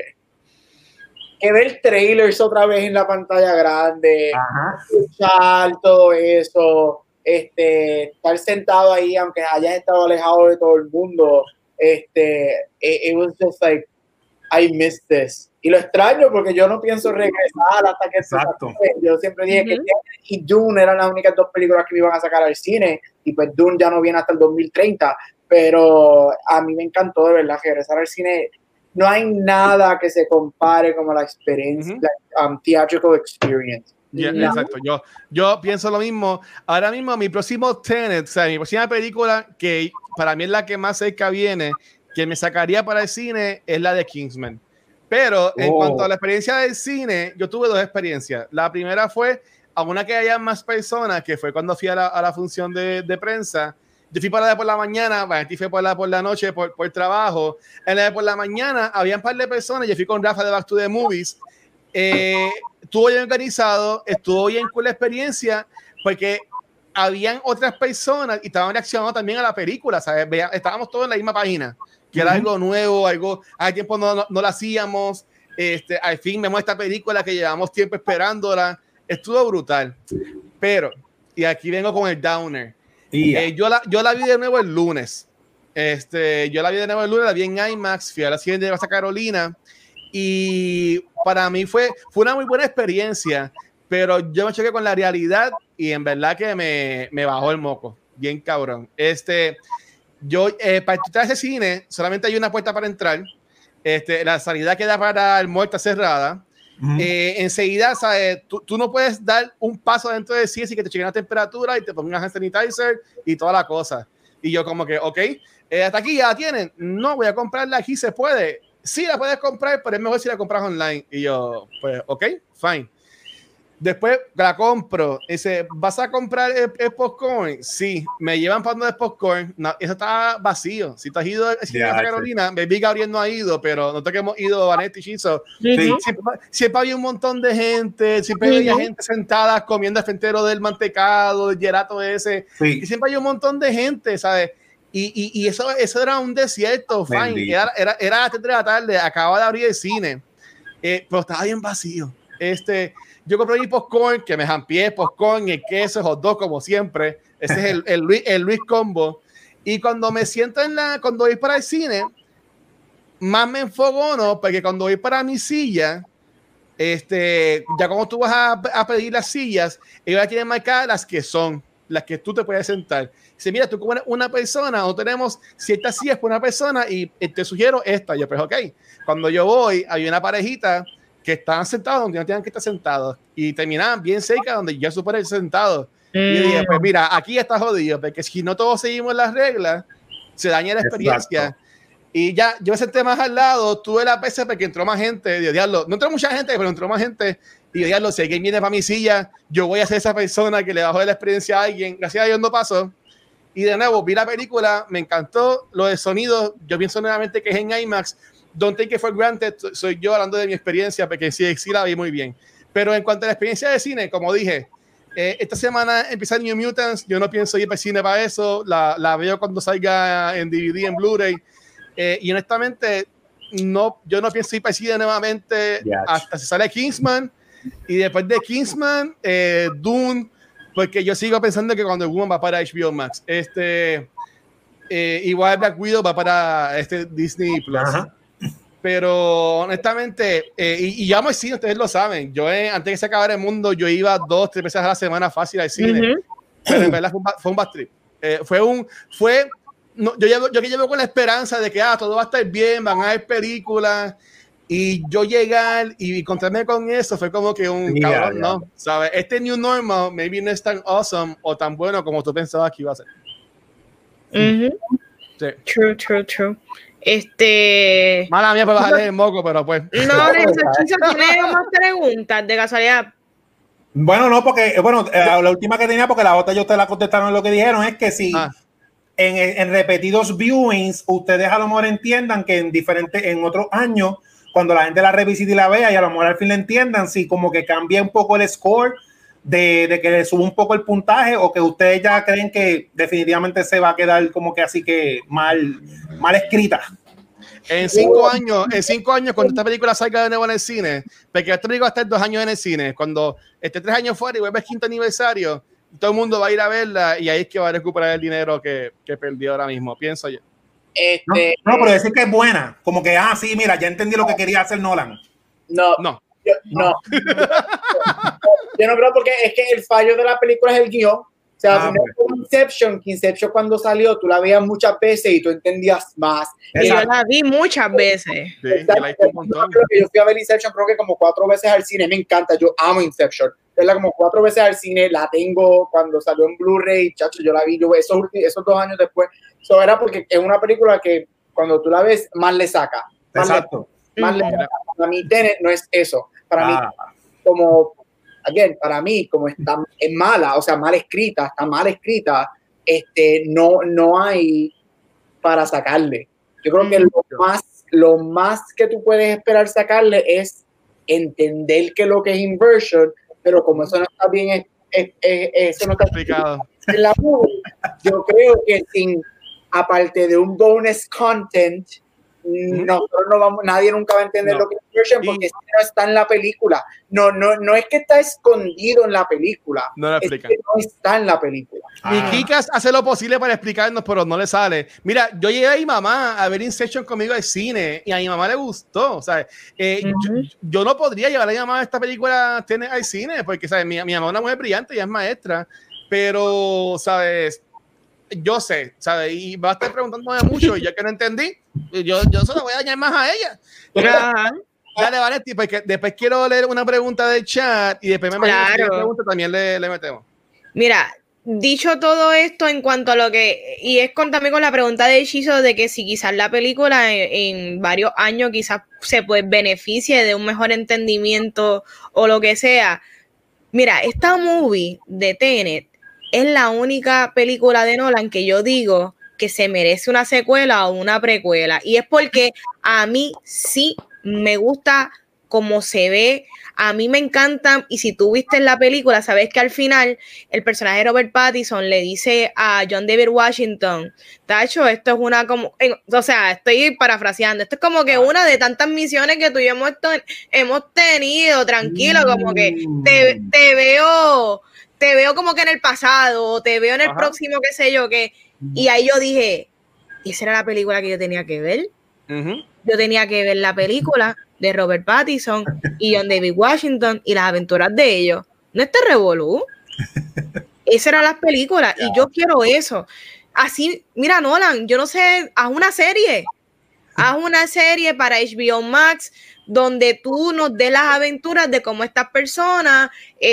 que ver trailers otra vez en la pantalla grande, Ajá. escuchar todo eso, este, estar sentado ahí aunque hayas estado alejado de todo el mundo, este, it, it was just like, I miss this. Y lo extraño porque yo no pienso regresar hasta que Exacto. Yo siempre dije uh-huh. que y Dune eran las únicas dos películas que me iban a sacar al cine y pues Dune ya no viene hasta el dos mil treinta, pero a mí me encantó de verdad regresar al cine. No hay nada que se compare como la experiencia, uh-huh. la um, theatrical experience. Yeah, no. Exacto, yo, yo pienso lo mismo. Ahora mismo mi próximo Tenet, o sea, mi próxima película que para mí es la que más cerca viene, que me sacaría para el cine, es la de Kingsman. Pero oh. en cuanto a la experiencia del cine, yo tuve dos experiencias. La primera fue a una que haya más personas, que fue cuando fui a la, a la función de, de prensa. Yo fui para la de por la mañana, Vanetti fue por la por la noche por, por trabajo. En la de por la mañana había un par de personas, yo fui con Rafa de Back to the Movies. Eh, estuvo bien organizado, estuvo bien cool la experiencia, porque habían otras personas y estaban reaccionando también a la película, ¿sabes? Veía, estábamos todos en la misma página, que era uh-huh. algo nuevo, algo, hace tiempo no, no, no lo hacíamos, este, al fin vemos esta película que llevamos tiempo esperándola, estuvo brutal, pero, y aquí vengo con el downer, yeah. eh, yo, la, yo la vi de nuevo el lunes, este, yo la vi de nuevo el lunes, la vi en IMAX, fui a la siguiente de Basta Carolina, y para mí fue, fue una muy buena experiencia, pero yo me choqué con la realidad y en verdad que me, me bajó el moco, bien cabrón. Este, yo, eh, para entrar a ese cine, solamente hay una puerta para entrar, este, la salida queda para el muerto cerrada. Uh-huh. eh, enseguida, ¿sabes? Tú, tú no puedes dar un paso dentro del cine sin que te chequen la temperatura y te pongan hand sanitizer y toda la cosa. Y yo como que, ok, eh, hasta aquí ya la tienen. No, voy a comprarla aquí, se puede. Sí, la puedes comprar, pero es mejor si la compras online. Y yo, pues, ok, fine. Después la compro. Dice, ¿vas a comprar el, el popcorn? Sí. Me llevan para donde el popcorn. No, eso está vacío. Si tú has ido a yeah, Carolina, me vi Gabriel no ha ido, pero no te que hemos ido Vanetti y Chizo. Sí. Siempre, siempre había un montón de gente. Siempre sí. había gente sentada comiendo el frentero del mantecado, del gelato ese. Sí. Y siempre había un montón de gente, ¿sabes? Y, y, y eso, eso era un desierto, fine. Era, era, era a las tres de la tarde, acababa de abrir el cine, eh, pero estaba bien vacío. Este, yo compré mi popcorn, que me jampié popcorn, el queso, hot dog, como siempre. Ese es el, el, Luis, el Luis Combo. Y cuando me siento en la, cuando voy para el cine, más me enfogono, porque cuando voy para mi silla, este, ya cuando tú vas a, a pedir las sillas, ellos ya tienen marcadas las que son, las que tú te puedes sentar. Dice, mira, tú como una persona, o tenemos ciertas sillas por una persona y te sugiero esta. Yo, pues, ok. Cuando yo voy, hay una parejita que estaban sentados donde no tenían que estar sentados y terminaban bien cerca donde yo supone sentado. Mm. Y yo dije, pues mira, aquí está jodido, porque si no todos seguimos las reglas, se daña la experiencia. Exacto. Y ya, yo me senté más al lado, tuve la P C porque entró más gente, Dios, diablo, no entró mucha gente, pero entró más gente. Y diablo, si alguien viene para mi silla, yo voy a ser esa persona que le bajó de la experiencia a alguien. Gracias a Dios no pasó. Y de nuevo, vi la película, me encantó lo de sonido. Yo pienso nuevamente que es en IMAX. Don't take it for granted. Soy yo hablando de mi experiencia, porque sí, sí la vi muy bien. Pero en cuanto a la experiencia de cine, como dije, eh, esta semana empieza New Mutants. Yo no pienso ir para el cine para eso. La, la veo cuando salga en D V D, en Blu-ray. Eh, y honestamente, no, yo no pienso ir para el cine nuevamente yes. hasta si sale Kingsman. Y después de Kingsman, eh, Dune, porque yo sigo pensando que cuando Woman va para H B O Max. Este, eh, igual Black Widow va para este Disney Plus. Ajá. Pero honestamente, eh, y, y yo amo el cine, ustedes lo saben. Yo, eh, antes de que se acabara el mundo, yo iba dos, tres veces a la semana fácil al cine. Uh-huh. Pero en verdad fue un, fue un bad trip. Eh, fue un, fue, no, yo, llevo, yo que llevo con la esperanza de que ah, todo va a estar bien, van a haber películas. Y yo llegar y encontrarme con eso fue como que un yeah, cabrón, yeah. ¿no? ¿Sabes? Este new normal maybe no es tan awesome o tan bueno como tú pensabas que iba a ser. Uh-huh. Sí. True, true, true. Este. Mala mía, pues bajarle el moco, pero pues. No, Chizo, ¿tiene más preguntas de casualidad? Bueno, no, porque, bueno, eh, la última que tenía, porque la otra yo te la contestaron lo que dijeron, es que si ah. en, en repetidos viewings, ustedes a lo mejor entiendan que en diferentes, en otros años, cuando la gente la revisite y la vea, y a lo mejor al fin la entiendan, si como que cambia un poco el score, de, de que le sube un poco el puntaje, o que ustedes ya creen que definitivamente se va a quedar como que así que mal, mal escrita. En cinco años, en cinco años, cuando esta película salga de nuevo en el cine, porque esta película va a estar dos años en el cine, cuando esté tres años fuera y vuelve el quinto aniversario, todo el mundo va a ir a verla y ahí es que va a recuperar el dinero que, que perdió ahora mismo, pienso yo. Este, no, no, pero decir que es buena, como que, ah, sí, mira, ya entendí lo que quería hacer Nolan. No, no. Yo no. yo no creo, porque es que el fallo de la película es el guión. O sea, ah, no es como Inception, que Inception cuando salió tú la veías muchas veces y tú entendías más. Y yo la vi muchas veces. Sí, yo, la un montón. yo fui a ver Inception creo que como cuatro veces al cine. Me encanta, yo amo Inception. Verla como cuatro veces al cine, la tengo cuando salió en Blu-ray, chacho, yo la vi, yo esos, esos dos años después. Eso era porque es una película que cuando tú la ves, más le saca. Más Exacto. Le, más mm. le saca. Para mí, Tenet no es eso. Para ah. mí, como, again, para mí, como está, es mala, o sea, mal escrita, está mal escrita, este, no, no hay para sacarle. Yo creo que lo más, lo más que tú puedes esperar sacarle es entender que lo que es inversion, pero como eso no está bien, es, es, es, eso no está explicado en la movie, yo creo que sin, aparte de un bonus content, mm-hmm. nosotros no vamos, nadie nunca va a entender no. lo que es inversion, porque y, no está en la película. No, no, no es que está escondido en la película, no lo es que no está en la película. Ah. Y Kikas hace lo posible para explicarnos, pero no le sale. Mira, yo llegué a mi mamá a ver Inception conmigo al cine y a mi mamá le gustó. O sea, eh, uh-huh. yo, yo no podría llevar a mi mamá a esta película al cine, porque ¿sabes? Mi, mi mamá es una mujer brillante, ella es maestra, pero, ¿sabes? Yo sé, ¿sabes? Y va a estar preguntándome mucho y ya que no entendí, yo, yo solo voy a dañar más a ella. Uh-huh. Dale, Vanetti, porque después quiero leer una pregunta del chat y después me claro. imagino que pregunta también le, le metemos. Mira, dicho todo esto en cuanto a lo que, y es con, también con la pregunta de Chizo de que si quizás la película en, en varios años quizás se pues beneficie de un mejor entendimiento o lo que sea. Mira, esta movie de Tenet es la única película de Nolan que yo digo que se merece una secuela o una precuela, y es porque a mí sí me gusta cómo se ve, a mí me encanta, y si tú viste en la película, sabes que al final el personaje de Robert Pattinson le dice a John David Washington, Tacho, esto es una como, o sea, estoy parafraseando, esto es como que una de tantas misiones que tú y yo hemos, hemos tenido, tranquilo, como que te, te veo, te veo como que en el pasado, te veo en el Ajá. próximo, qué sé yo, que, y ahí yo dije, esa era la película que yo tenía que ver. Uh-huh. Yo tenía que ver la película de Robert Pattinson y John David Washington y las aventuras de ellos. No este revolú. Esas eran las películas y yo quiero eso. Así, mira, Nolan, yo no sé, haz una serie. Haz una serie para H B O Max donde tú nos des las aventuras de cómo estas personas,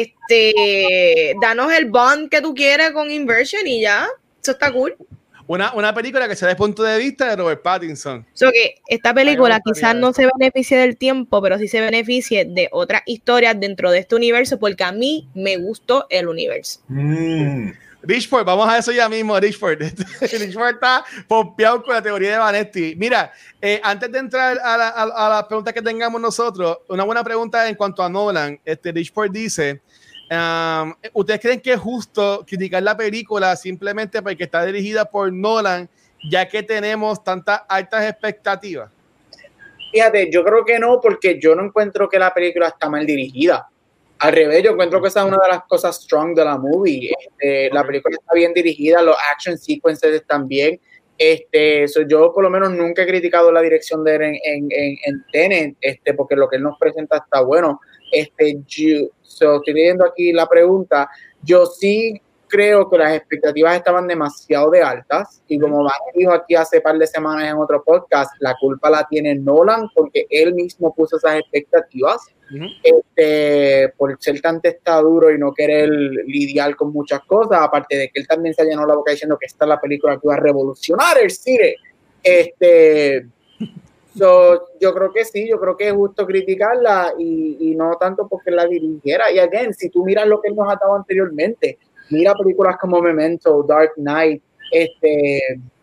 este, danos el bond que tú quieres con Inversion y ya. Eso está cool. Una, una película que se da desde el punto de vista de Robert Pattinson. So que esta película quizás no se beneficie del tiempo, pero sí se beneficie de otras historias dentro de este universo, porque a mí me gustó el universo. Mm. Richford, vamos a eso ya mismo, Richford. Richford está pompeado con la teoría de Vanetti. Mira, eh, antes de entrar a la, a, a la pregunta que tengamos nosotros, una buena pregunta en cuanto a Nolan. Este, Richford dice, Um, ¿Ustedes creen que es justo criticar la película simplemente porque está dirigida por Nolan, ya que tenemos tantas altas expectativas? Fíjate, yo creo que no, porque yo no encuentro que la película está mal dirigida. Al revés, yo encuentro que esa es una de las cosas strong de la movie. Este, la película está bien dirigida, los action sequences están bien. Este, so yo por lo menos nunca he criticado la dirección de él en, en, en, en Tenet, este, porque lo que él nos presenta está bueno. Este, yo, so, estoy leyendo aquí la pregunta. Yo sí creo que las expectativas estaban demasiado de altas y como Van dijo aquí hace par de semanas en otro podcast, la culpa la tiene Nolan porque él mismo puso esas expectativas. Uh-huh. este, por ser tan testaduro y no querer lidiar con muchas cosas, aparte de que él también se llenó la boca diciendo que esta es la película que va a revolucionar el cine. Este, so, yo creo que sí, yo creo que es justo criticarla y, y no tanto porque la dirigiera. Y again, si tú miras lo que él nos ha dado anteriormente, mira películas como Memento, Dark Knight, este,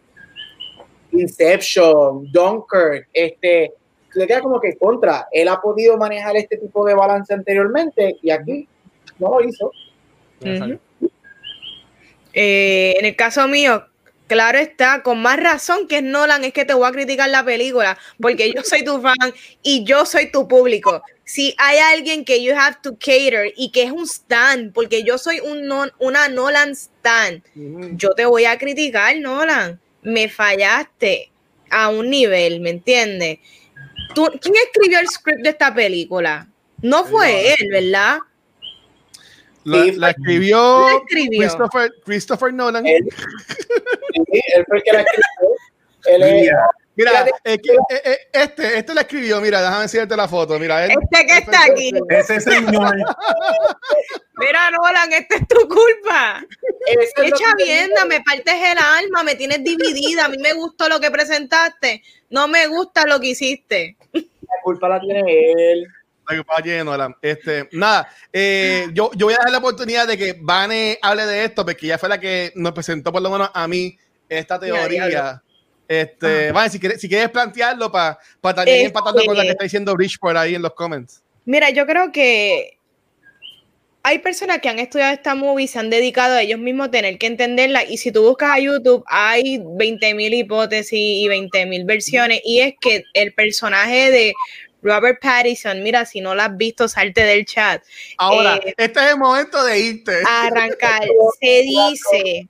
Inception, Dunkirk, este, le queda como que contra. Él ha podido manejar este tipo de balance anteriormente y aquí no lo hizo. Uh-huh. Eh, en el caso mío, claro está, con más razón que es Nolan, es que te voy a criticar la película, porque yo soy tu fan y yo soy tu público. Si hay alguien que you have to cater y que es un stan, porque yo soy un non, una Nolan stan, uh-huh. yo te voy a criticar, Nolan. Me fallaste a un nivel, ¿me entiendes? ¿Tú, ¿Quién escribió el script de esta película? No fue él, ¿verdad? La, la, escribió, la escribió Christopher, Christopher Nolan. Él, sí, él fue el que la escribió. Él es, yeah. Mira, eh, eh, este, este la escribió, mira, déjame enseñarte la foto. Mira, él, este que está aquí. Ese señor. Mira, Nolan, esta es tu culpa. Qué chavienda, me partes el alma, me tienes dividida. A mí me gustó lo que presentaste, no me gusta lo que hiciste. La culpa la tiene él. La culpa la tiene Nolan. Este, nada, eh, yo, yo voy a dar la oportunidad de que Vane hable de esto, porque ella fue la que nos presentó, por lo menos a mí, esta teoría. Ya, Este, ah. Vale, si quieres, si quieres plantearlo para pa también este, empatando con la que está diciendo Rich por ahí en los comments. Mira, yo creo que hay personas que han estudiado esta movie y se han dedicado a ellos mismos a tener que entenderla, y si tú buscas a YouTube hay veinte mil hipótesis y veinte mil versiones, y es que el personaje de Robert Pattinson, mira, si no lo has visto, salte del chat. Ahora, eh, este es el momento de irte. Arrancar. Se dice...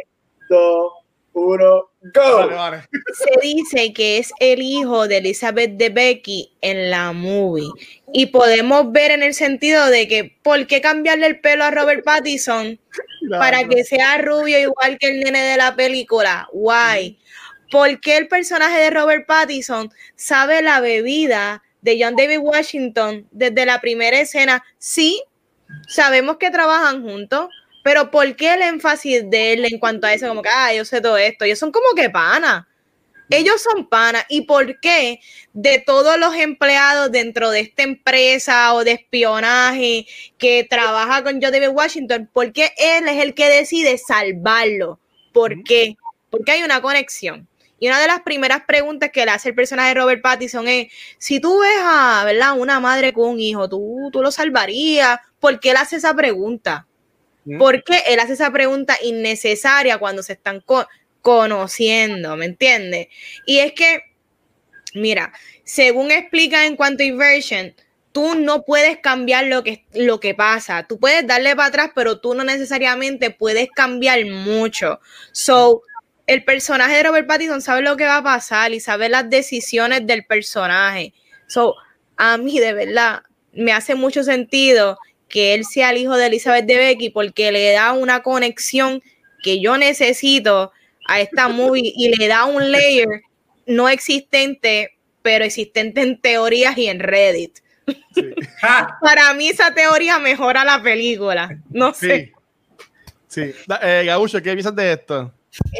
dos, uno, go. Vale, vale. Se dice que es el hijo de Elizabeth Debicki en la movie. Y podemos ver en el sentido de que, ¿por qué cambiarle el pelo a Robert Pattinson claro, para no. que sea rubio igual que el nene de la película? Why? ¿Por qué el personaje de Robert Pattinson sabe la bebida de John David Washington desde la primera escena? Sí, sabemos que trabajan juntos, pero ¿por qué el énfasis de él en cuanto a eso? Como que, ah, yo sé todo esto. Ellos son como que panas. Ellos son panas. ¿Y por qué de todos los empleados dentro de esta empresa o de espionaje que trabaja con John David Washington, por qué él es el que decide salvarlo? ¿Por qué? Porque hay una conexión. Y una de las primeras preguntas que le hace el personaje de Robert Pattinson es, si tú ves a, ¿verdad?, una madre con un hijo, ¿tú, tú lo salvarías? ¿Por qué él hace esa pregunta? ¿Por qué él hace esa pregunta innecesaria cuando se están co- conociendo? ¿Me entiendes? Y es que, mira, según explica en cuanto a Inversion, tú no puedes cambiar lo que, lo que pasa. Tú puedes darle para atrás, pero tú no necesariamente puedes cambiar mucho. So, el personaje de Robert Pattinson sabe lo que va a pasar y sabe las decisiones del personaje. So, a mí, de verdad, me hace mucho sentido que él sea el hijo de Elizabeth Debicki porque le da una conexión que yo necesito a esta movie y le da un layer no existente, pero existente en teorías y en Reddit. Sí. Para mí esa teoría mejora la película. No sé. Sí. sí. Eh, Gaúcho, ¿qué piensas de esto?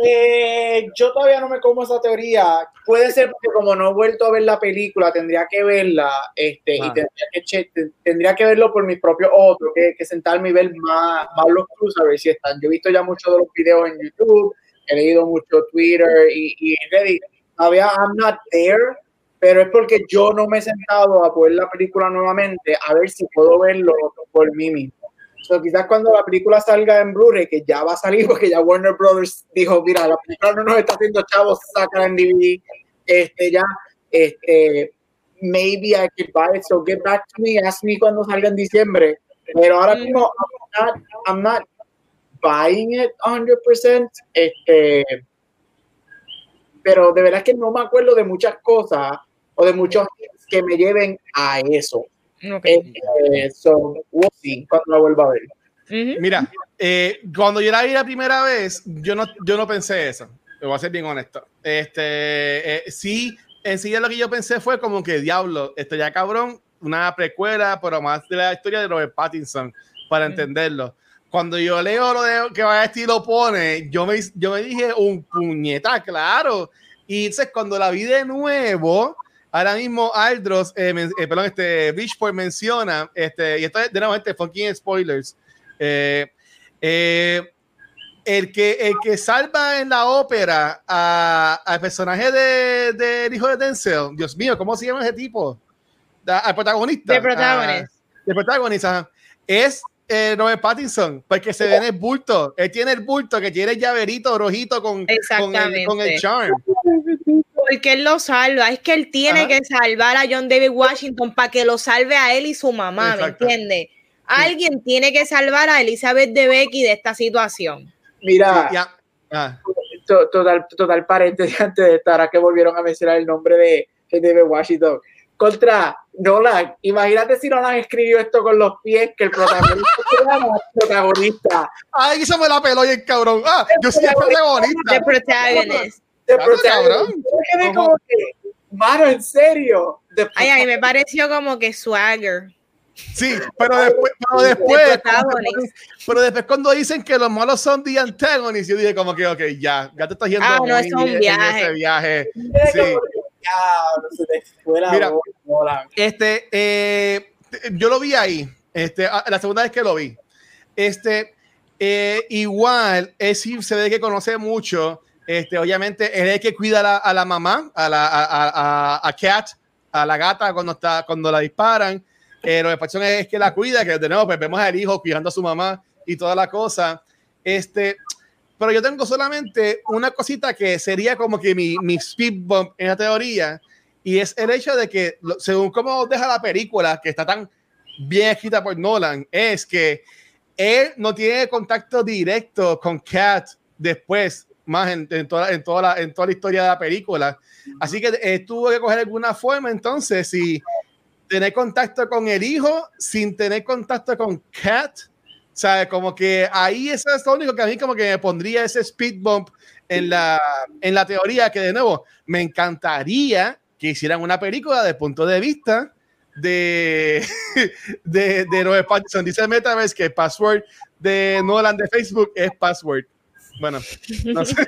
Eh, yo todavía no me como esa teoría. Puede ser porque como no he vuelto a ver la película, tendría que verla este, ah. y tendría que, che, tendría que verlo por mis propios ojos, que, que sentarme y ver más, más los clues a ver si están. Yo he visto ya muchos de los videos en YouTube, he leído mucho Twitter y, y Reddit. Todavía I'm not there, pero es porque yo no me he sentado a ver la película nuevamente a ver si puedo verlo por mí mismo. So, quizás cuando la película salga en Blu-ray, que ya va a salir porque ya Warner Brothers dijo, mira, la película no nos está haciendo chavos, saca en D V D, este, ya, este, maybe I could buy it, so get back to me, ask me cuando salga en diciembre, pero ahora mismo, I'm not, I'm not buying it one hundred percent, este, pero de verdad es que no me acuerdo de muchas cosas, o de muchos que me lleven a eso. Okay. Eh, so, we'll see, cuando la vuelva a ver. Uh-huh. Mira, eh, cuando yo la vi la primera vez, yo no, yo no pensé eso. Me voy a ser bien honesto. Este, eh, sí, en sí lo que yo pensé fue como que diablo, esto ya cabrón, una precuela, pero más de la historia de Robert Pattinson, para uh-huh. entenderlo. Cuando yo leo lo de que vaya estilo pone, yo me, yo me dije un puñeta, claro. Y entonces cuando la vi de nuevo, ahora mismo Aldros, eh, men, eh, perdón, este Bridgeport menciona, este, y esto es de nuevo, este fucking spoilers, eh, eh, el, que, el que salva en la ópera al personaje del de, de hijo de Denzel, Dios mío, ¿cómo se llama ese tipo? Da, al protagonista. De protagonista. Uh, de protagonista. Es eh, Robert Pattinson, porque se ve en el bulto. Él tiene el bulto, que tiene el llaverito rojito con, con, el, con el charm. Porque él lo salva, es que él tiene Ajá. que salvar a John David Washington para que lo salve a él y su mamá, Exacto. ¿me entiendes? Sí. Alguien tiene que salvar a Elizabeth Debicki de esta situación. Mira, sí, ah. total, total paréntesis antes de estar, a que volvieron a mencionar el nombre de, de David Washington. Contra Nolan, imagínate si Nolan escribió esto con los pies, que el protagonista era el protagonista. Ay, se me la peló y el cabrón. Ah, yo soy el protagonista. The protagonist. The protagonist. Como que, mano, en serio. Ay, a mí me pareció como que swagger. Sí, pero después, pero después, cuando, pero después cuando dicen que los malos son the antagonists, yo dije como que, ok, ya, ya te estás yendo ah, no, es un viaje. ese viaje. Sí. Mira, este, eh, yo lo vi ahí, este, la segunda vez que lo vi, este, eh, igual, es sí se ve que conoce mucho, este, obviamente, es el que cuida a la, a la mamá, a la, a, a, a Cat, a la gata cuando está, cuando la disparan. Eh, lo que pasa es que la cuida, que de nuevo pues, vemos al hijo cuidando a su mamá y toda la cosa. Este, pero yo tengo solamente una cosita que sería como que mi, mi speed bump en la teoría, y es el hecho de que, según cómo deja la película, que está tan bien escrita por Nolan, es que él no tiene contacto directo con Kat después, más en, en, toda, en, toda, la, en toda la historia de la película. Así que eh, tuvo que coger alguna forma, entonces, si tener contacto con el hijo sin tener contacto con Kat, ¿sabes? Como que ahí eso es lo único que a mí como que me pondría ese speed bump en la, en la teoría, que de nuevo me encantaría que hicieran una película desde el punto de vista de de, de Robert Pattinson. Dice Metaverse que el password de Nolan de Facebook es password. Bueno, no sé.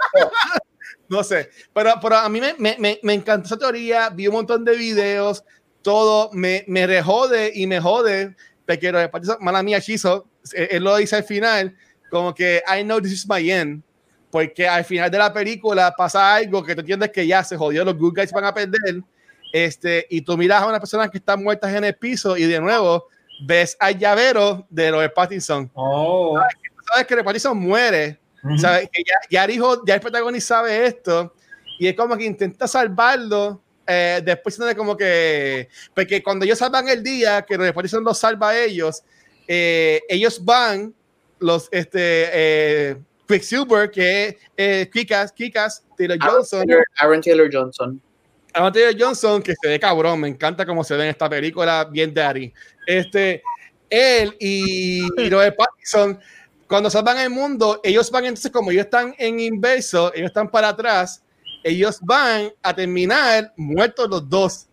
No sé, pero, pero a mí me, me, me encantó esa teoría, vi un montón de videos, todo me, me rejode y me jode, porque Robert Pattinson, mala mía, Chizo, él lo dice al final, como que I know this is my end, porque al final de la película pasa algo que tú entiendes que ya se jodió, los good guys van a perder, este, y tú miras a una persona que está muerta en el piso y de nuevo ves al llavero de Robert Pattinson. Oh. ¿Sabes? Sabes que Robert Pattinson muere, uh-huh. ¿Sabes? Que ya, ya, el hijo, ya el protagonista sabe esto y es como que intenta salvarlo. Eh, después de como que, porque cuando ellos salvan el día que Robert Pattinson los salva a ellos, eh, ellos van los este eh, Quicksilver, que es eh, Kikas, Kikas Taylor Johnson, Aaron Taylor, Aaron Taylor Johnson Aaron Taylor Johnson, que se ve cabrón, me encanta cómo se ve en esta película, bien daddy. Este, él y, y Robert Pattinson, cuando salvan el mundo, ellos van entonces, como ellos están en inverso, ellos están para atrás, ellos van a terminar muertos los dos.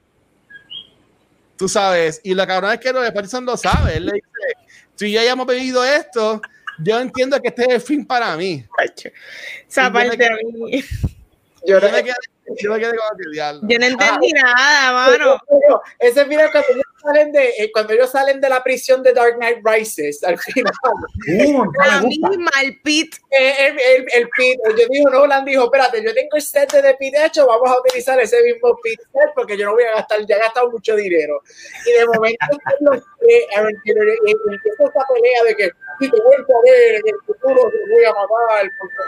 Tú sabes. Y la cabrona es que Robert Pattinson lo sabe. Él le dice, si ya hayamos vivido esto, yo entiendo que este es el fin para mí. Esa parte a mí. Yo no, yo me quedé, yo me quedé con el diablo. Yo no entendí ah, nada, mano. Ese final cuando salen de, eh, cuando ellos salen de la prisión de Dark Knight Rises, al final. Uh, la misma, el Pete. Eh, el, el, el Pete, yo digo, Nolan dijo, espérate, yo tengo el set de Pete hecho, vamos a utilizar ese mismo Pete set porque yo no voy a gastar, ya he gastado mucho dinero. Y de momento los, eh, Aaron Taylor, eh, empieza esta pelea de que si te vuelvo a ver en el futuro te voy a matar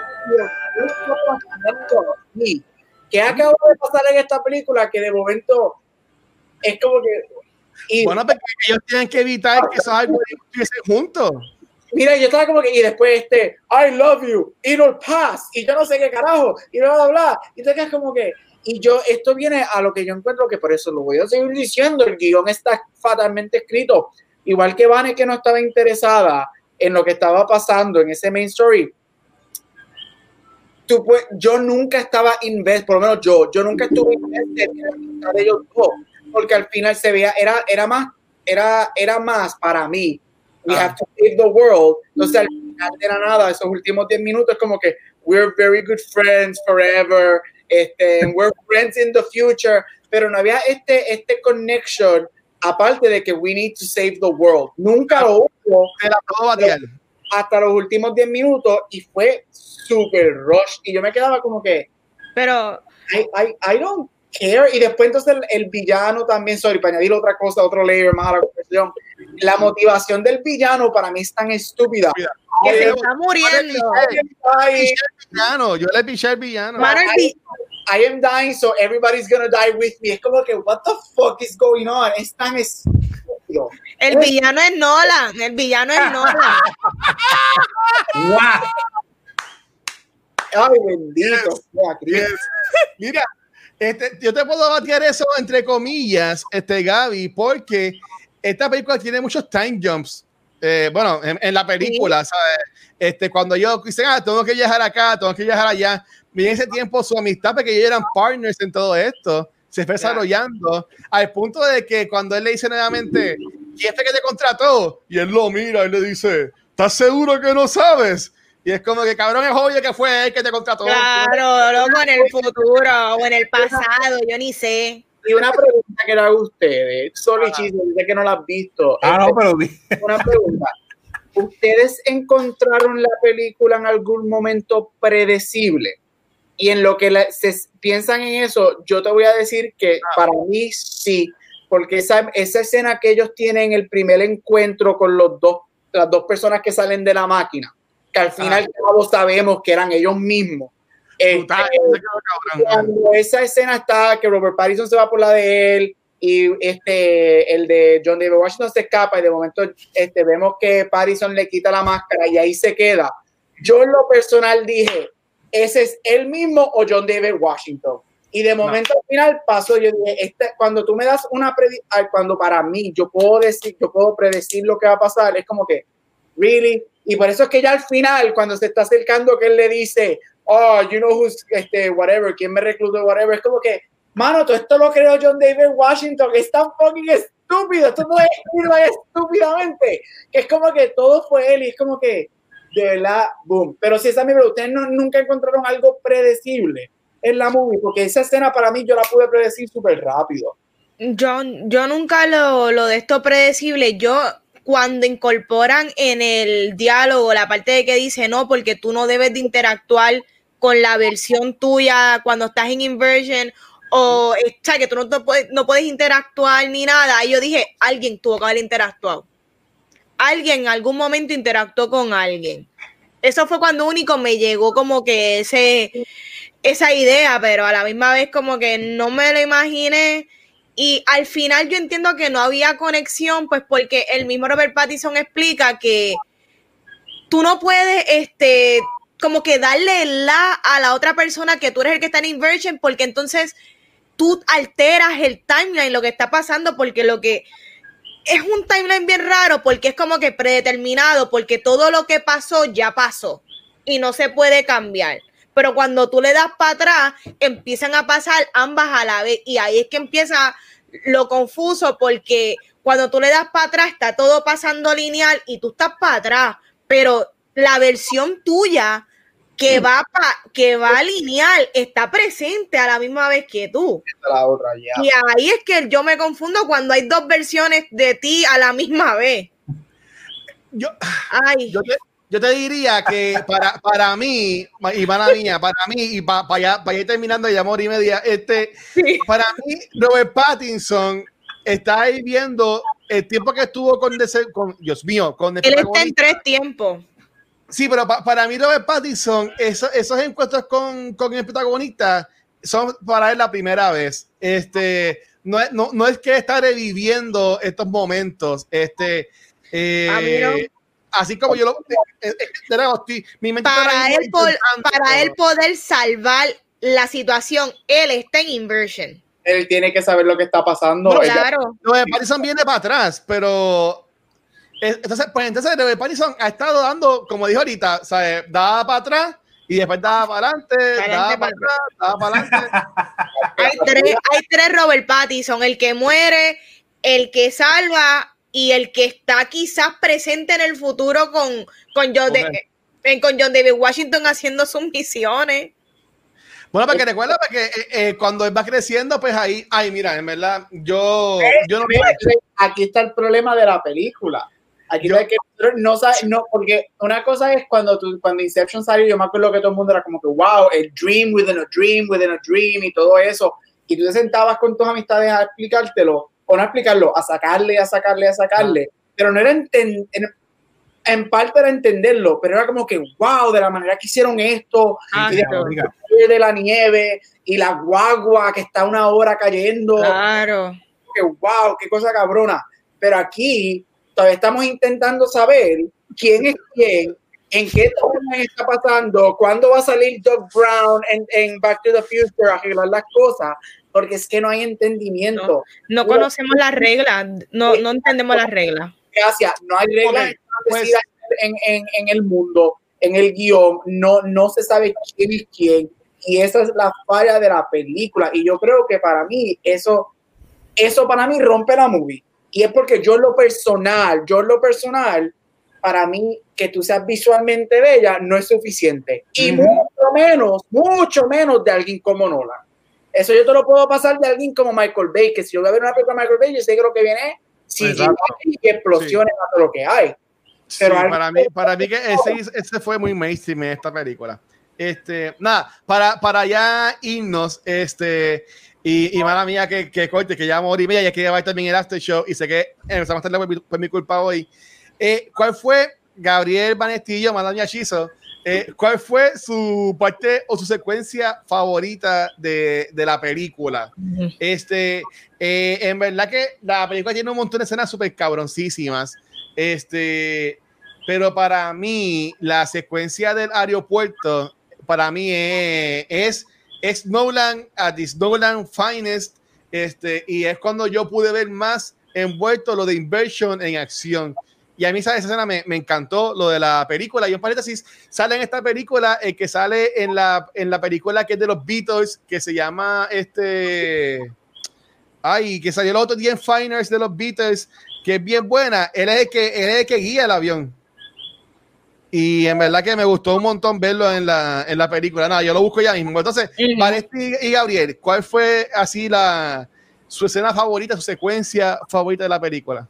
porque ¿qué acaba de pasar en esta película? Que de momento es como que y, bueno, porque ellos tienen que evitar que esos árboles estuviesen juntos. Mira, yo estaba como que, y después este, I love you, it'll pass, y yo no sé qué carajo, y bla, bla, bla, y te quedas como que, y yo, esto viene a lo que yo encuentro que por eso lo voy a seguir diciendo, el guión está fatalmente escrito, igual que Vane que no estaba interesada en lo que estaba pasando en ese main story, tú, pues, yo nunca estaba invested, por lo menos yo, yo nunca estuve invested en la de ellos dos, porque al final se veía, era, era más, era, era más para mí, we have to save the world. Entonces, al final de la nada, esos últimos diez minutos, es como que we're very good friends forever, este, we're friends in the future, pero no había este, este connection, aparte de que we need to save the world. Nunca lo hubo hasta, hasta los últimos diez minutos y fue super rush. Y yo me quedaba como que, pero I, I, I don't care. Y después entonces el, el villano también, sorry, para añadir otra cosa, otro layer más a la conversación, la motivación del villano para mí es tan estúpida. Que se está muriendo. Yo le piché al villano. I, I am dying, so everybody's gonna die with me. Es como que, what the fuck is going on? Es tan estúpido. El villano es Nolan. El villano es Nolan. Wow. Ay, bendito. Yes. Yes. Mira, este, yo te puedo batear eso entre comillas, este, Gaby, porque esta película tiene muchos time jumps. Eh, bueno, en, en la película, sí. ¿Sabes? Este, cuando yo dicen, ah, tengo que viajar acá, tengo que viajar allá, y en ese tiempo su amistad, porque ellos eran partners en todo esto, se fue desarrollando al punto de que cuando él le dice nuevamente, ¿quién es que te contrató? Y él lo mira y le dice, ¿estás seguro que no sabes? Y es como que, cabrón, es obvio que fue él que te contrató. Claro, loco, en el futuro o en el pasado, yo ni sé. Y una pregunta que le hago a ustedes, solo y chiste, dice que no la has visto. Ah, este, no, pero vi. Una pregunta. ¿Ustedes encontraron la película en algún momento predecible? Y en lo que la, se piensan en eso, yo te voy a decir que ah. para mí sí, porque esa, esa escena que ellos tienen, el primer encuentro con los dos, las dos personas que salen de la máquina, que al final ah. todos sabemos que eran ellos mismos. Brutal, este, cuando esa escena está, que Robert Pattinson se va por la de él y este, el de John David Washington se escapa y de momento este, vemos que Pattinson le quita la máscara y ahí se queda. Yo en lo personal dije, ¿ese es él mismo o John David Washington? Y de momento no. Al final pasó, yo dije, este, cuando tú me das una predicción, cuando para mí yo puedo decir, yo puedo predecir lo que va a pasar, es como que, really? Y por eso es que ya al final, cuando se está acercando, que él le dice, oh, you know who's, este, whatever, quién me reclutó, whatever, es como que, mano, todo esto lo creó John David Washington, que es tan fucking estúpido, esto no es escrito estúpidamente, que es como que todo fue él y es como que, de verdad, boom. Pero si esa es mi pregunta, ustedes no, nunca encontraron algo predecible en la movie, porque esa escena para mí yo la pude predecir súper rápido. Yo, yo nunca lo, lo de esto predecible, yo cuando incorporan en el diálogo la parte de que dice, no, porque tú no debes de interactuar con la versión tuya cuando estás en inversion, o, o sea, que tú no, te puedes, no puedes interactuar ni nada, y yo dije, alguien tuvo que haber interactuado. Alguien en algún momento interactuó con alguien. Eso fue cuando único me llegó como que ese, esa idea, pero a la misma vez como que no me lo imaginé. Y al final yo entiendo que no había conexión, pues porque el mismo Robert Pattinson explica que tú no puedes, este, como que darle la a la otra persona que tú eres el que está en inversion, porque entonces tú alteras el timeline, lo que está pasando, porque lo que es un timeline bien raro, porque es como que predeterminado, porque todo lo que pasó ya pasó y no se puede cambiar. Pero cuando tú le das para atrás, empiezan a pasar ambas a la vez. Y ahí es que empieza lo confuso, porque cuando tú le das para atrás, está todo pasando lineal y tú estás para atrás. Pero la versión tuya que va pa, que va lineal, está presente a la misma vez que tú. La otra, yeah. Y ahí es que yo me confundo cuando hay dos versiones de ti a la misma vez. Yo, Ay. yo, te, yo te diría que para, para mí, y para mía, para mí, y para, para, allá, para ir terminando ya amor y media, este, sí. Para mí, Robert Pattinson está ahí viendo el tiempo que estuvo con, con Dios mío, con el Él está en tres tiempos. Sí, pero pa, para mí Robert Pattinson, eso, esos encuentros con, con el protagonista son para él la primera vez. Este, no, no, no es que está reviviendo estos momentos. Este, eh, A mí no. Así como yo lo... Eh, eh, estoy, mi mente para, él por, para él poder salvar la situación, él está en inversion. Él tiene que saber lo que está pasando. No, claro. Robert Pattinson viene para atrás, pero... Entonces, pues entonces Robert Pattinson ha estado dando, como dijo ahorita, ¿sabes? Daba para atrás y después daba para adelante, daba para atrás, daba para adelante. hay, tres, hay tres Robert Pattinson, el que muere, el que salva y el que está quizás presente en el futuro con, con, John, okay. de, con John David Washington haciendo sus misiones. Bueno, porque recuerda que eh, eh, cuando él va creciendo, pues ahí, ay, mira, en verdad, yo, yo no... Aquí está el problema de la película. Aquí yo, no hay que no sabe, no, porque una cosa es cuando tú, cuando Inception salió, yo me acuerdo que todo el mundo era como que wow, el dream within a dream within a dream y todo eso, y tú te sentabas con tus amistades a explicártelo, o no a explicarlo, a sacarle, a sacarle, a sacarle, ah. pero no era entender, en, en parte era entenderlo, pero era como que wow, de la manera que hicieron esto, ah, y de, claro. de, de la nieve, y la guagua que está una hora cayendo, claro, que wow, qué cosa cabrona, pero aquí todavía estamos intentando saber quién es quién, en qué timeline está pasando, cuándo va a salir Doc Brown en, en Back to the Future a arreglar las cosas, porque es que no hay entendimiento. No, no conocemos las reglas, no, no entendemos las reglas. Gracias, no hay reglas okay, pues, en, en, en el mundo, en el guión, no, no se sabe quién es quién, y esa es la falla de la película, y yo creo que para mí, eso, eso para mí rompe la movie. Y es porque yo en lo personal, yo en lo personal, para mí, que tú seas visualmente bella no es suficiente. Y uh-huh. mucho menos, mucho menos de alguien como Nolan. Eso yo te lo puedo pasar de alguien como Michael Bay, que si yo voy a ver una película de Michael Bay, yo sé que lo que viene es sí, y explosiones sí. a lo que hay. Pero sí, para, mí, para mí que ese, ese fue muy mainstream en esta película. Este, nada, para, para ya irnos, este... Y, y mala mía que, que corte, que ya morí media, ya que va también el after show y sé que empezamos a estar por, por mi culpa hoy. Eh, ¿Cuál fue, Gabriel Vanestillo, mala mía Chizo, eh, cuál fue su parte o su secuencia favorita de, de la película? Uh-huh. Este, eh, en verdad que la película tiene un montón de escenas súper cabroncísimas, este, pero para mí la secuencia del aeropuerto, para mí es... es es Nolan at his Nolan finest, este, y es cuando yo pude ver más envuelto lo de Inversion en acción. Y a mí esa escena me, me encantó, lo de la película. Y en paréntesis, sale en esta película el que sale en la, en la película que es de los Beatles, que se llama este... Ay, que salió el otro día en Finals de los Beatles, que es bien buena. Él es el que, él es el que guía el avión. Y en verdad que me gustó un montón verlo en la, en la película. Nada, yo lo busco ya mismo. Entonces, uh-huh. Vanesti y Gabriel, ¿cuál fue así la su escena favorita, su secuencia favorita de la película?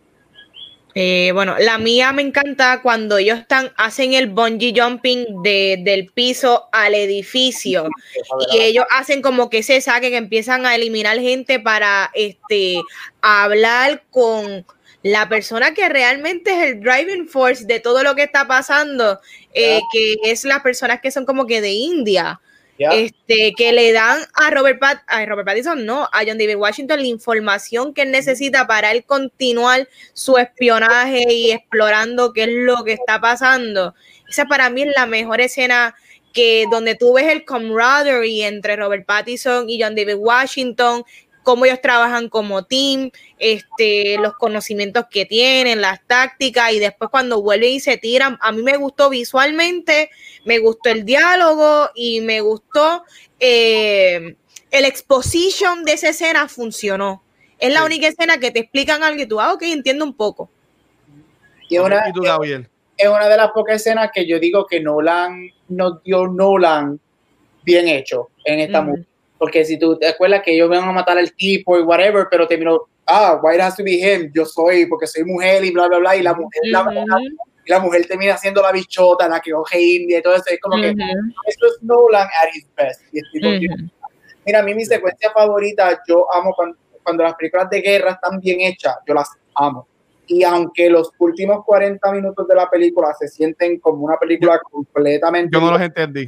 Eh, bueno, la mía me encanta cuando ellos están, hacen el bungee jumping de, del piso al edificio y ellos hacen como que se saque, que empiezan a eliminar gente para este hablar con la persona que realmente es el driving force de todo lo que está pasando, eh, yeah. que es las personas que son como que de India, yeah. este, que le dan a Robert, Pat a Robert Pattinson, no, a John David Washington la información que él necesita para él continuar su espionaje y explorando qué es lo que está pasando. Esa para mí es la mejor escena, que donde tú ves el camaraderie entre Robert Pattinson y John David Washington, cómo ellos trabajan como team, este, los conocimientos que tienen, las tácticas, y después cuando vuelven y se tiran, a mí me gustó visualmente, me gustó el diálogo y me gustó eh, el exposition de esa escena funcionó. Es la sí. única escena que te explican algo y tú, ah, ok, entiendo un poco. Y una, ¿Y tú, Gabriel? es una de las pocas escenas que yo digo que Nolan nos dio Nolan bien hecho en esta mm. movie. Porque si tú te acuerdas que ellos van a matar al tipo y whatever, pero terminó, ah, why it has to be him? Yo soy, porque soy mujer y bla, bla, bla, y la mujer, mm-hmm. la, la, y la mujer termina siendo la bichota, la que coge India y todo eso. Es como mm-hmm. que eso es Nolan at his best. Y es tipo, mm-hmm. Mira, a mí mi secuencia favorita, yo amo cuando, cuando las películas de guerra están bien hechas, yo las amo. Y aunque los últimos cuarenta minutos de la película se sienten como una película completamente... Yo no los entendí.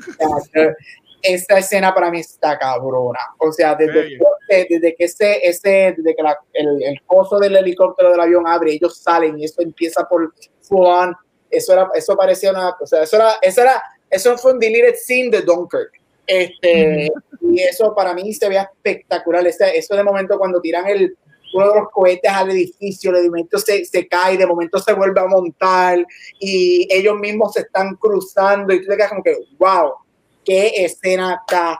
Esta escena para mí está cabrona. O sea, desde, sí. que, desde que, ese, ese, desde que la, el, el coso del helicóptero del avión abre, ellos salen y eso empieza por full on. Eso, era, eso parecía una... O sea, eso, era, eso, era, eso fue un deleted scene de Dunkirk. Este, mm. Y eso para mí se ve espectacular. Ese, eso de momento cuando tiran el... uno de los cohetes al edificio, de momento se, se cae, de momento se vuelve a montar y ellos mismos se están cruzando y tú te quedas como que, wow, qué escena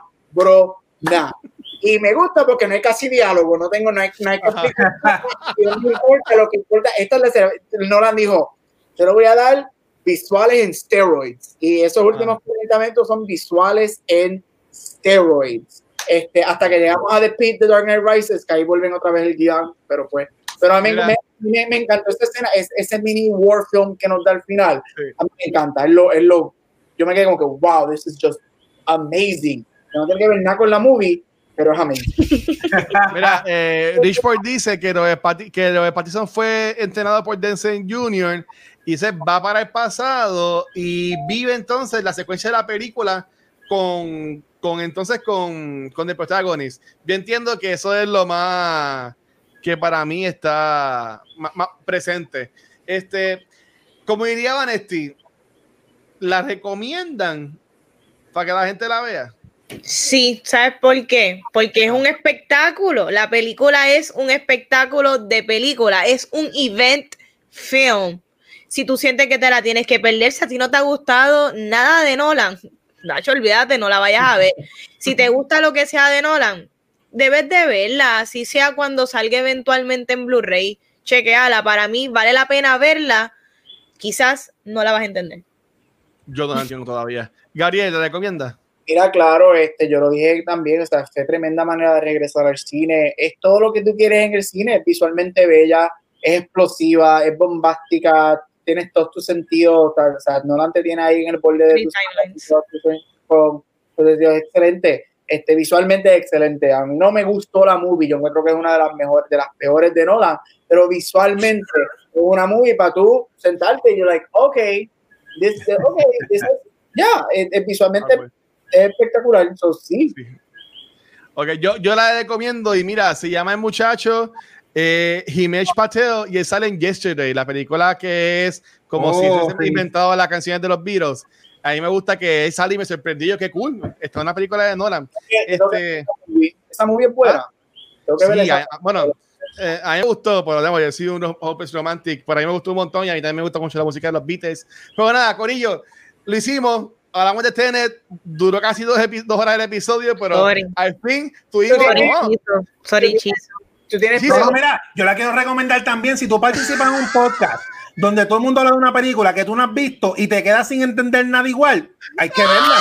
cabrona. Y me gusta porque no hay casi diálogo, no tengo, no hay, no hay que explicar. No me importa, lo que importa, esta es la, Nolan dijo, yo le voy a dar visuales en steroids y esos últimos cuarenta minutos son visuales en steroids. Este, hasta que llegamos a The Pit de Dark Knight Rises, que ahí vuelven otra vez el guión, pero pues, pero a mí me, me, me encantó esta escena, es, ese mini war film que nos da al final, sí. A mí me encanta, es lo, es lo, yo me quedé como que, wow, this is just amazing, no tiene que ver nada con la movie, pero es amazing. Mira, eh, Richford dice que Robert, Pat- que Robert Pattinson fue entrenado por Denzel junior y se va para el pasado y vive entonces la secuencia de la película con con entonces con, con el protagonista. Yo entiendo que eso es lo más que para mí está más, más presente. Este, como diría Vanesti, ¿la recomiendan para que la gente la vea? Sí, ¿sabes por qué? Porque es un espectáculo. La película es un espectáculo de película, es un event film. Si tú sientes que te la tienes que perder, si a ti no te ha gustado nada de Nolan, Nacho, olvídate, no la vayas a ver. Si te gusta lo que sea de Nolan, debes de verla, así sea cuando salga eventualmente en Blu-ray. Chequeala, para mí vale la pena verla. Quizás no la vas a entender. Yo no la entiendo todavía. Gabriel, ¿te recomiendas? Mira, claro, este, yo lo dije también, o sea, es tremenda manera de regresar al cine. Es todo lo que tú quieres en el cine, es visualmente bella, es explosiva, es bombástica, tienes todos tus sentidos, o sea, Nolan te tiene ahí en el borde de tus sentidos, es excelente, este, visualmente es excelente. A mí no me gustó la movie, yo creo que es una de las mejores, de las peores de Nolan, pero visualmente es una movie para tú sentarte y you're like, ok, this, okay, this is, yeah, es, es visualmente okay. Es espectacular, so, sí. sí. Ok, yo, yo la recomiendo y mira, se llama el muchacho Eh, Himesh Patel y él sale en Yesterday, la película que es como oh, si se hubiesen sí. inventado las canciones de los Beatles. A mí me gusta que él sale y me sorprendió, qué cool. Está en una película de Nolan. Este, esa muy bien buena. Sí, a, bueno, eh, a mí me gustó, pero digamos, yo soy un Hopeless Romantic, por ahí me gustó un montón y a mí también me gusta mucho la música de los Beatles. Pero nada, Corillo, lo hicimos. Hablamos de Tenet, duró casi dos, epi- dos horas el episodio, pero Sorry. al fin tuvimos. Sorry, chiso. Sorry, chiso. ¿Tú tienes no, mira, yo la quiero recomendar también. Si tú participas en un podcast donde todo el mundo habla de una película que tú no has visto y te quedas sin entender nada igual, hay que verla.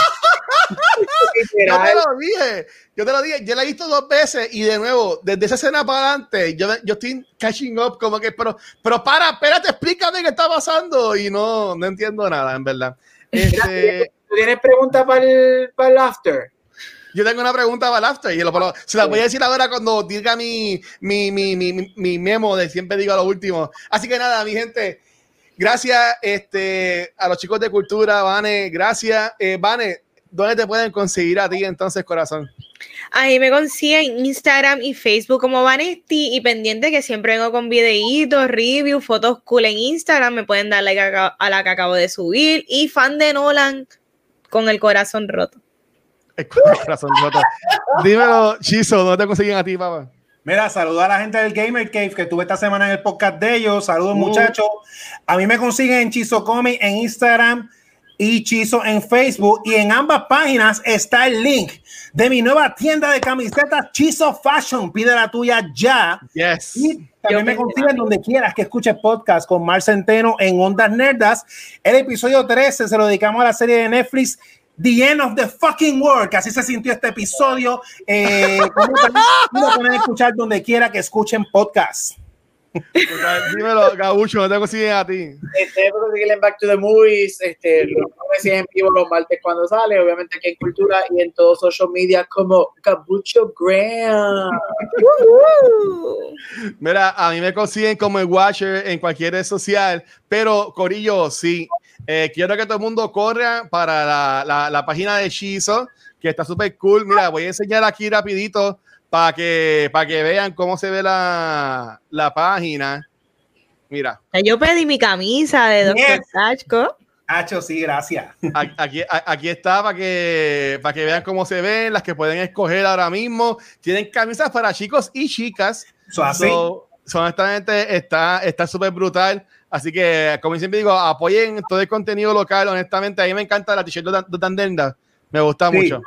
Yo te lo dije, yo te lo dije, yo la he visto dos veces y de nuevo, desde esa escena para adelante, yo, yo estoy catching up, como que, pero, pero para, espérate, explícame qué está pasando y no, no entiendo nada, en verdad. Este, ¿Tú tienes preguntas para el, para el after? Yo tengo una pregunta para el after y lo, lo, se la voy a decir ahora cuando diga mi, mi, mi, mi, mi memo de siempre digo lo último. Así que nada, mi gente, gracias este, a los chicos de Cultura, Vane, gracias. Eh, Vane, ¿dónde te pueden conseguir a ti entonces, corazón? Ahí me consiguen en Instagram y Facebook como Vanesti y pendiente que siempre vengo con videitos, reviews, fotos cool en Instagram. Me pueden dar like a, a la que acabo de subir y fan de Nolan con el corazón roto. El corazón roto. Dímelo, Chizo, ¿dónde te consiguen a ti, papá? Mira, saludo a la gente del Gamer Cave que estuve esta semana en el podcast de ellos. Saludos, uh. muchachos. A mí me consiguen en Chizo Comics en Instagram y Chizo en Facebook. Y en ambas páginas está el link de mi nueva tienda de camisetas Chizo Fashion. Pide la tuya ya. Yes. Y también me consiguen donde quieras que escuches podcast con Mar Centeno en Ondas Nerdas. El episodio trece se lo dedicamos a la serie de Netflix The End of the Fucking World, que así se sintió este episodio. Eh, lo pueden escuchar donde quiera que escuchen podcast. Dímelo, Gabucho, no te consiguen a ti. Este, puedo seguir en Back to the Movies, este, lo siguen en vivo los martes cuando sale, obviamente aquí en Cultura y en todos social media como Gabucho Graham. Mira, a mí me consiguen como el Watcher en cualquier red social, pero Corillo, sí, eh, quiero que todo el mundo corra para la, la, la página de Chizo, que está súper cool. Mira, voy a enseñar aquí rapidito para que, para que vean cómo se ve la, la página. Mira. Yo pedí mi camisa de doctor Yes. Tachko. Hacho, sí, gracias. Aquí, aquí está para que, para que vean cómo se ven, las que pueden escoger ahora mismo. Tienen camisas para chicos y chicas. So, así. So, so, honestamente, está está súper brutal. Así que, como siempre digo, apoyen todo el contenido local. Honestamente, a mí me encanta la t-shirt de Tandenda. Me gusta Sí. mucho.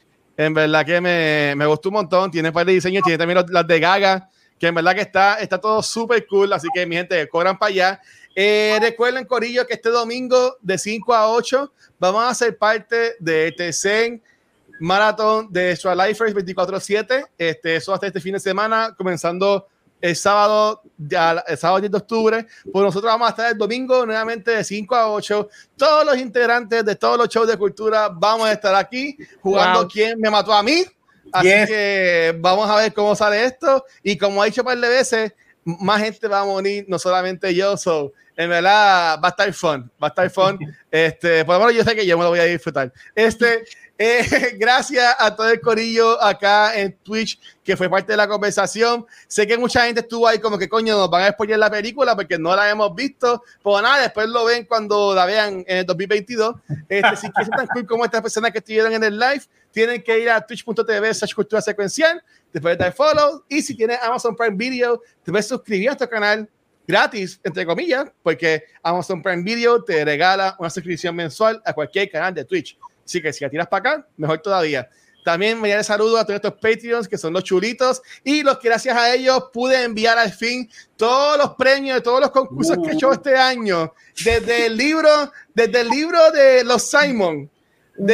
En verdad que me, me gustó un montón. Tiene par de diseños, tiene también los, las de Gaga, que en verdad que está, está todo súper cool. Así que, mi gente, corran para allá. Eh, recuerden, Corillo, que este domingo de cinco a ocho vamos a ser parte de T C N Maratón de Extra Lifers veinticuatro siete. Este, eso hasta este fin de semana, comenzando el sábado, ya, el sábado diez de octubre. Pues nosotros vamos a estar el domingo nuevamente de cinco a ocho. Todos los integrantes de todos los shows de cultura vamos a estar aquí jugando Wow. quién me mató a mí. Así Yes. que vamos a ver cómo sale esto. Y como he dicho un par de veces, más gente va a morir, no solamente yo. So, en verdad va a estar fun, va a estar fun. Este, por lo menos yo sé que yo me lo voy a disfrutar. Este, eh, gracias a todo el corillo acá en Twitch que fue parte de la conversación. Sé que mucha gente estuvo ahí como que coño nos van a spoiler la película porque no la hemos visto. Pues nada, después lo ven cuando la vean en el dos mil veintidós. Este, si quieren tan cool como estas personas que estuvieron en el live, tienen que ir a twitch punto tv slash cultura secuencial, después de dar follow, y si tienes Amazon Prime Video, te puedes suscribir a este canal gratis, entre comillas, porque Amazon Prime Video te regala una suscripción mensual a cualquier canal de Twitch. Así que si la tiras para acá, mejor todavía. También me daré saludos a todos estos Patreons que son los chulitos y los que gracias a ellos pude enviar al fin todos los premios de todos los concursos que he hecho este año. Desde el libro, desde el libro de los Simon. Desde,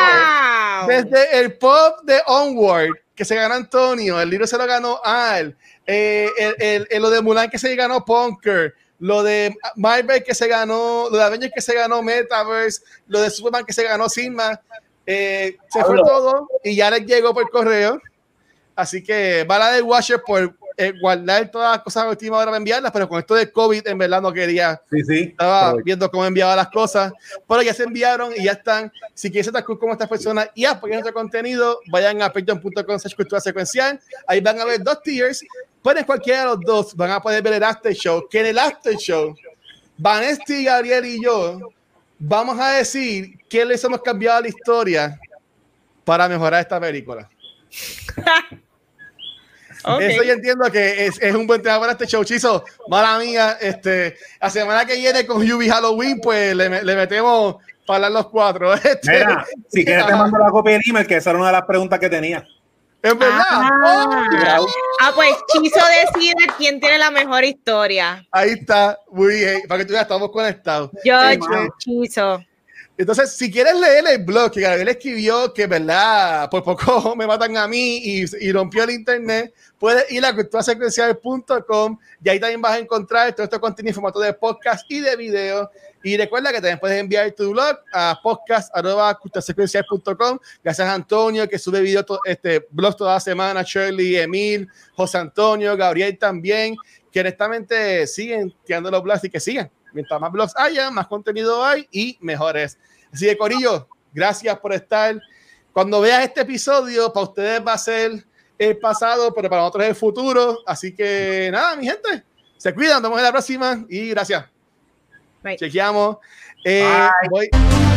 ¡Wow! desde el pop de Onward, que se ganó Antonio, el libro se lo ganó Al, eh, el, el, el, lo de Mulan que se ganó Punker, lo de Marvel que se ganó, lo de Avengers que se ganó Metaverse, lo de Superman que se ganó Sigma, eh, se fue todo y ya les llegó por correo. Así que va la del Watcher por eh, guardar todas las cosas a última hora para enviarlas, pero con esto de COVID en verdad no quería. Sí, sí. Estaba viendo cómo enviaba las cosas, pero ya se enviaron y ya están. Si quieren estar cool como estas personas y apoyar nuestro contenido, vayan a patreon punto com slash cultura secuencial. Ahí van a ver dos tiers. Pueden cualquiera de los dos, van a poder ver el after show. Que en el after show, Vanesti, Gabriel y yo vamos a decir qué les hemos cambiado a la historia para mejorar esta película. Okay. Eso yo entiendo que es, es un buen tema para este show. Chizo, mala mía, este, la semana que viene con Yubi Halloween, pues le, le metemos para hablar los cuatro. Este, Mira, si quieres te mando la copia del email, que esa era una de las preguntas que tenía. Es verdad. Ah, oh. ah pues Chizo decide quién tiene la mejor historia. Ahí está, muy bien, para que tú ya estamos conectados. Yo, este, Chizo. Entonces, si quieres leer el blog que Gabriel escribió, que verdad, por poco me matan a mí y, y rompió el internet, puedes ir a cultura secuencial punto com y ahí también vas a encontrar todo este contenido en formato de podcast y de video. Y recuerda que también puedes enviar tu blog a podcast arroba cultura secuencial punto com. Gracias a Antonio, que sube video to, este, blogs toda la semana, Shirley, Emil, José Antonio, Gabriel también, que honestamente siguen tirando los blogs y que sigan. Mientras más blogs haya, más contenido hay y mejores. Así que, corillo, gracias por estar. Cuando veas este episodio, para ustedes va a ser el pasado, pero para nosotros es el futuro. Así que, nada, mi gente, se cuidan. Nos vemos en la próxima y gracias. Bye. Chequeamos. Eh, voy.